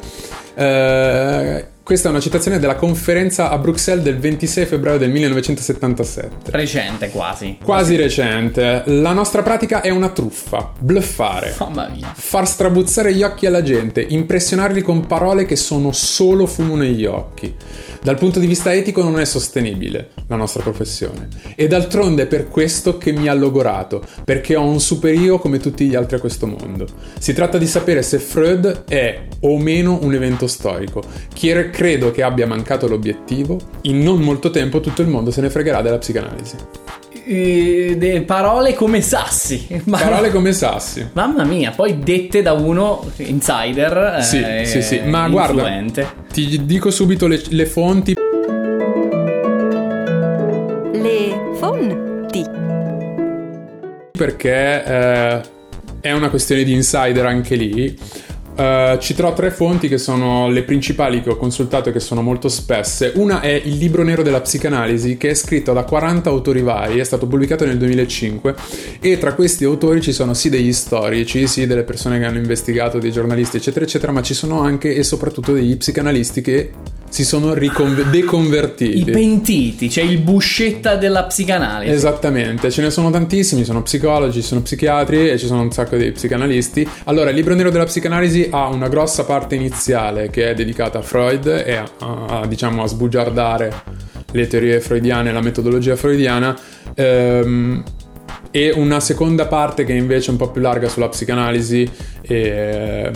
Uh, questa è una citazione della conferenza a Bruxelles del ventisei febbraio del millenovecentosettantasette. Recente quasi. Quasi recente. La nostra pratica è una truffa. Bluffare. Mamma mia. Far strabuzzare gli occhi alla gente. Impressionarli con parole che sono solo fumo negli occhi. Dal punto di vista etico non è sostenibile la nostra professione. E d'altronde è per questo che mi ha logorato, perché ho un super io come tutti gli altri a questo mondo. Si tratta di sapere se Freud è o meno un evento storico. Chi credo che abbia mancato l'obiettivo, in non molto tempo tutto il mondo se ne fregherà della psicanalisi. Eh, de parole come sassi. Parole come sassi. Mamma mia, poi dette da uno insider. Sì, eh, sì, sì. Ma influente. Guarda, ti dico subito le, le fonti. Le fonti. Perché eh, è una questione di insider anche lì. Uh, citerò tre fonti che sono le principali che ho consultato e che sono molto spesse. Una è il libro nero della psicanalisi, che è scritto da quaranta autori vari, è stato pubblicato nel duemilacinque, e tra questi autori ci sono sì degli storici, sì delle persone che hanno investigato, dei giornalisti eccetera eccetera, ma ci sono anche e soprattutto degli psicanalisti che si sono riconver- deconvertiti. I pentiti, cioè il Buscetta della psicanalisi. Esattamente, ce ne sono tantissimi, sono psicologi, sono psichiatri e ci sono un sacco di psicanalisti. Allora, il libro nero della psicanalisi ha una grossa parte iniziale che è dedicata a Freud e a, a, a diciamo a sbugiardare le teorie freudiane e la metodologia freudiana, ehm, e una seconda parte che invece è un po' più larga sulla psicanalisi e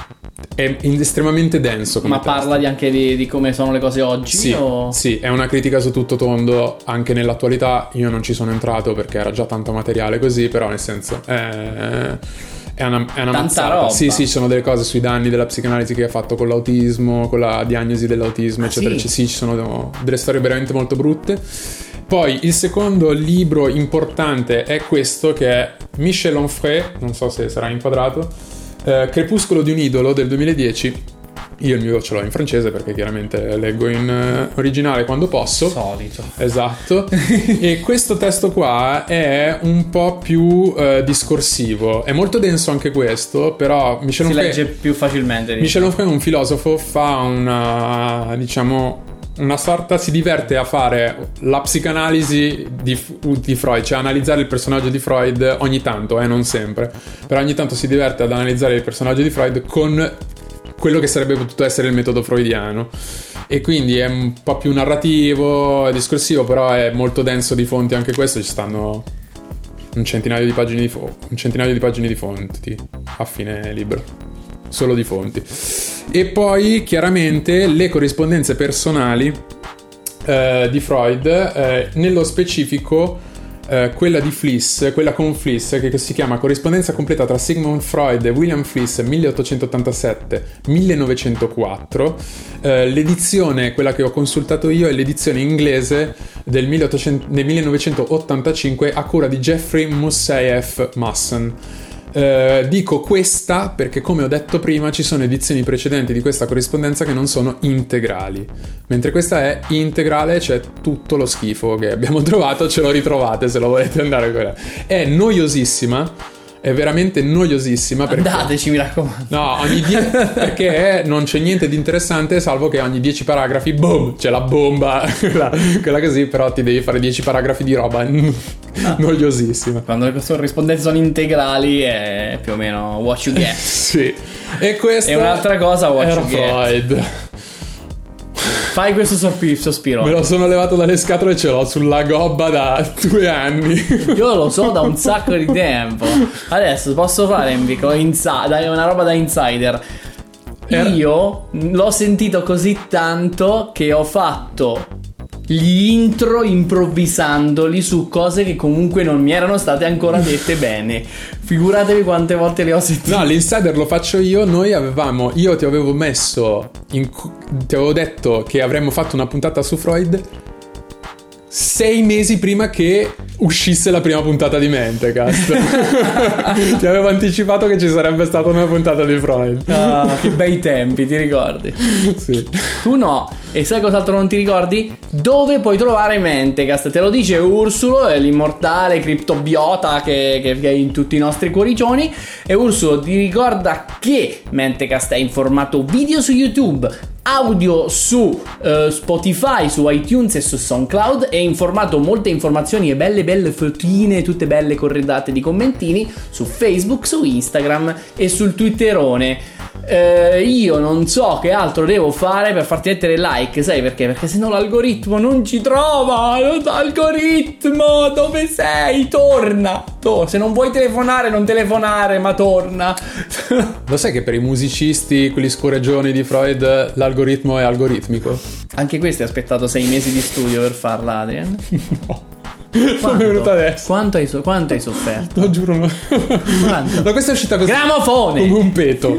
è estremamente denso come ma testo. parla di anche di, di come sono le cose oggi? Sì, o... sì, è una critica su tutto tondo anche nell'attualità. Io non ci sono entrato perché era già tanto materiale così, però nel senso è, è una, è una tanta mazzata. roba. Sì, sì, ci sono delle cose sui danni della psicanalisi che ha fatto con l'autismo, con la diagnosi dell'autismo, ah, eccetera. sì? Sì, ci sono delle storie veramente molto brutte. Poi il secondo libro importante è questo, che è Michel Onfray, non so se sarà inquadrato, eh, Crepuscolo di un idolo del duemiladieci. Io il mio ce l'ho in francese perché chiaramente leggo in uh, originale quando posso. Solito. Esatto. E questo testo qua è un po' più uh, discorsivo. È molto denso anche questo, però Michel si Onfray, legge più facilmente. Michel Onfray è un filosofo, fa una, diciamo, una sorta, si diverte a fare la psicanalisi di, di Freud, cioè analizzare il personaggio di Freud ogni tanto, eh, non sempre, però ogni tanto si diverte ad analizzare il personaggio di Freud con quello che sarebbe potuto essere il metodo freudiano, e quindi è un po' più narrativo, è discorsivo, però è molto denso di fonti anche questo. Ci stanno un centinaio di pagine di, fo- un centinaio di pagine di fonti a fine libro, solo di fonti. E poi chiaramente le corrispondenze personali eh, di Freud, eh, nello specifico eh, quella di Fliess, quella con Fliess, che, che si chiama Corrispondenza completa tra Sigmund Freud e William Fliess milleottocentottantasette millenovecentoquattro. Eh, l'edizione, quella che ho consultato io, è l'edizione inglese del, milleottocento, del millenovecentottantacinque a cura di Jeffrey Moussaieff Masson. Eh, dico questa perché, come ho detto prima, ci sono edizioni precedenti di questa corrispondenza che non sono integrali, mentre questa è integrale, c'è tutto lo schifo che abbiamo trovato, ce lo ritrovate se lo volete andare a guardare. È noiosissima, è veramente noiosissima perché... Andateci, mi raccomando. No, ogni die... perché non c'è niente di interessante, salvo che ogni dieci paragrafi, boom, c'è la bomba, quella, quella così, però ti devi fare dieci paragrafi di roba ah. noiosissima. Quando le corrispondenze sono integrali è più o meno what you get. Sì. E questa è un'altra cosa, what era you get. Freud. Fai questo sorpi- sospiro. Me lo sono levato dalle scatole e ce l'ho sulla gobba da due anni. Io lo so da un sacco di tempo. Adesso posso fare Enrico insa- dai, una roba da insider. Io l'ho sentito così tanto che ho fatto gli intro improvvisandoli su cose che comunque non mi erano state ancora dette bene. Figuratevi quante volte le ho sentite. No, l'insider lo faccio io. Noi avevamo, io ti avevo messo in, ti avevo detto che avremmo fatto una puntata su Freud sei mesi prima che uscisse la prima puntata di Mentecast. Ti avevo anticipato che ci sarebbe stata una puntata di Freud. Ah, che bei tempi, ti ricordi? Sì. Tu no. E sai cos'altro non ti ricordi? Dove puoi trovare Mentecast? Te lo dice Ursulo, è l'immortale criptobiota che, che, che è in tutti i nostri cuoricioni. E Ursulo ti ricorda che Mentecast è in formato video su YouTube, audio su uh, Spotify, su iTunes e su SoundCloud, e in formato molte informazioni e belle belle fotine, tutte belle corredate di commentini su Facebook, su Instagram e sul Twitterone. Uh, io non so che altro devo fare per farti mettere like, sai perché? Perché sennò l'algoritmo non ci trova. L'algoritmo, dove sei? Torna. Oh, se non vuoi telefonare, non telefonare, ma torna. Lo sai che per i musicisti, quelli scoreggioni di Freud, l'algoritmo è algoritmico? Anche questo hai aspettato sei mesi di studio per farla, Adrian? No. Quanto? È venuto adesso. Quanto hai, so- quanto hai sofferto? Lo giuro, no. Quanto? Ma questa è uscita così. Gramofone! Come un peto.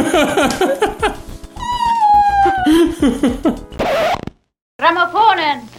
Grammophone!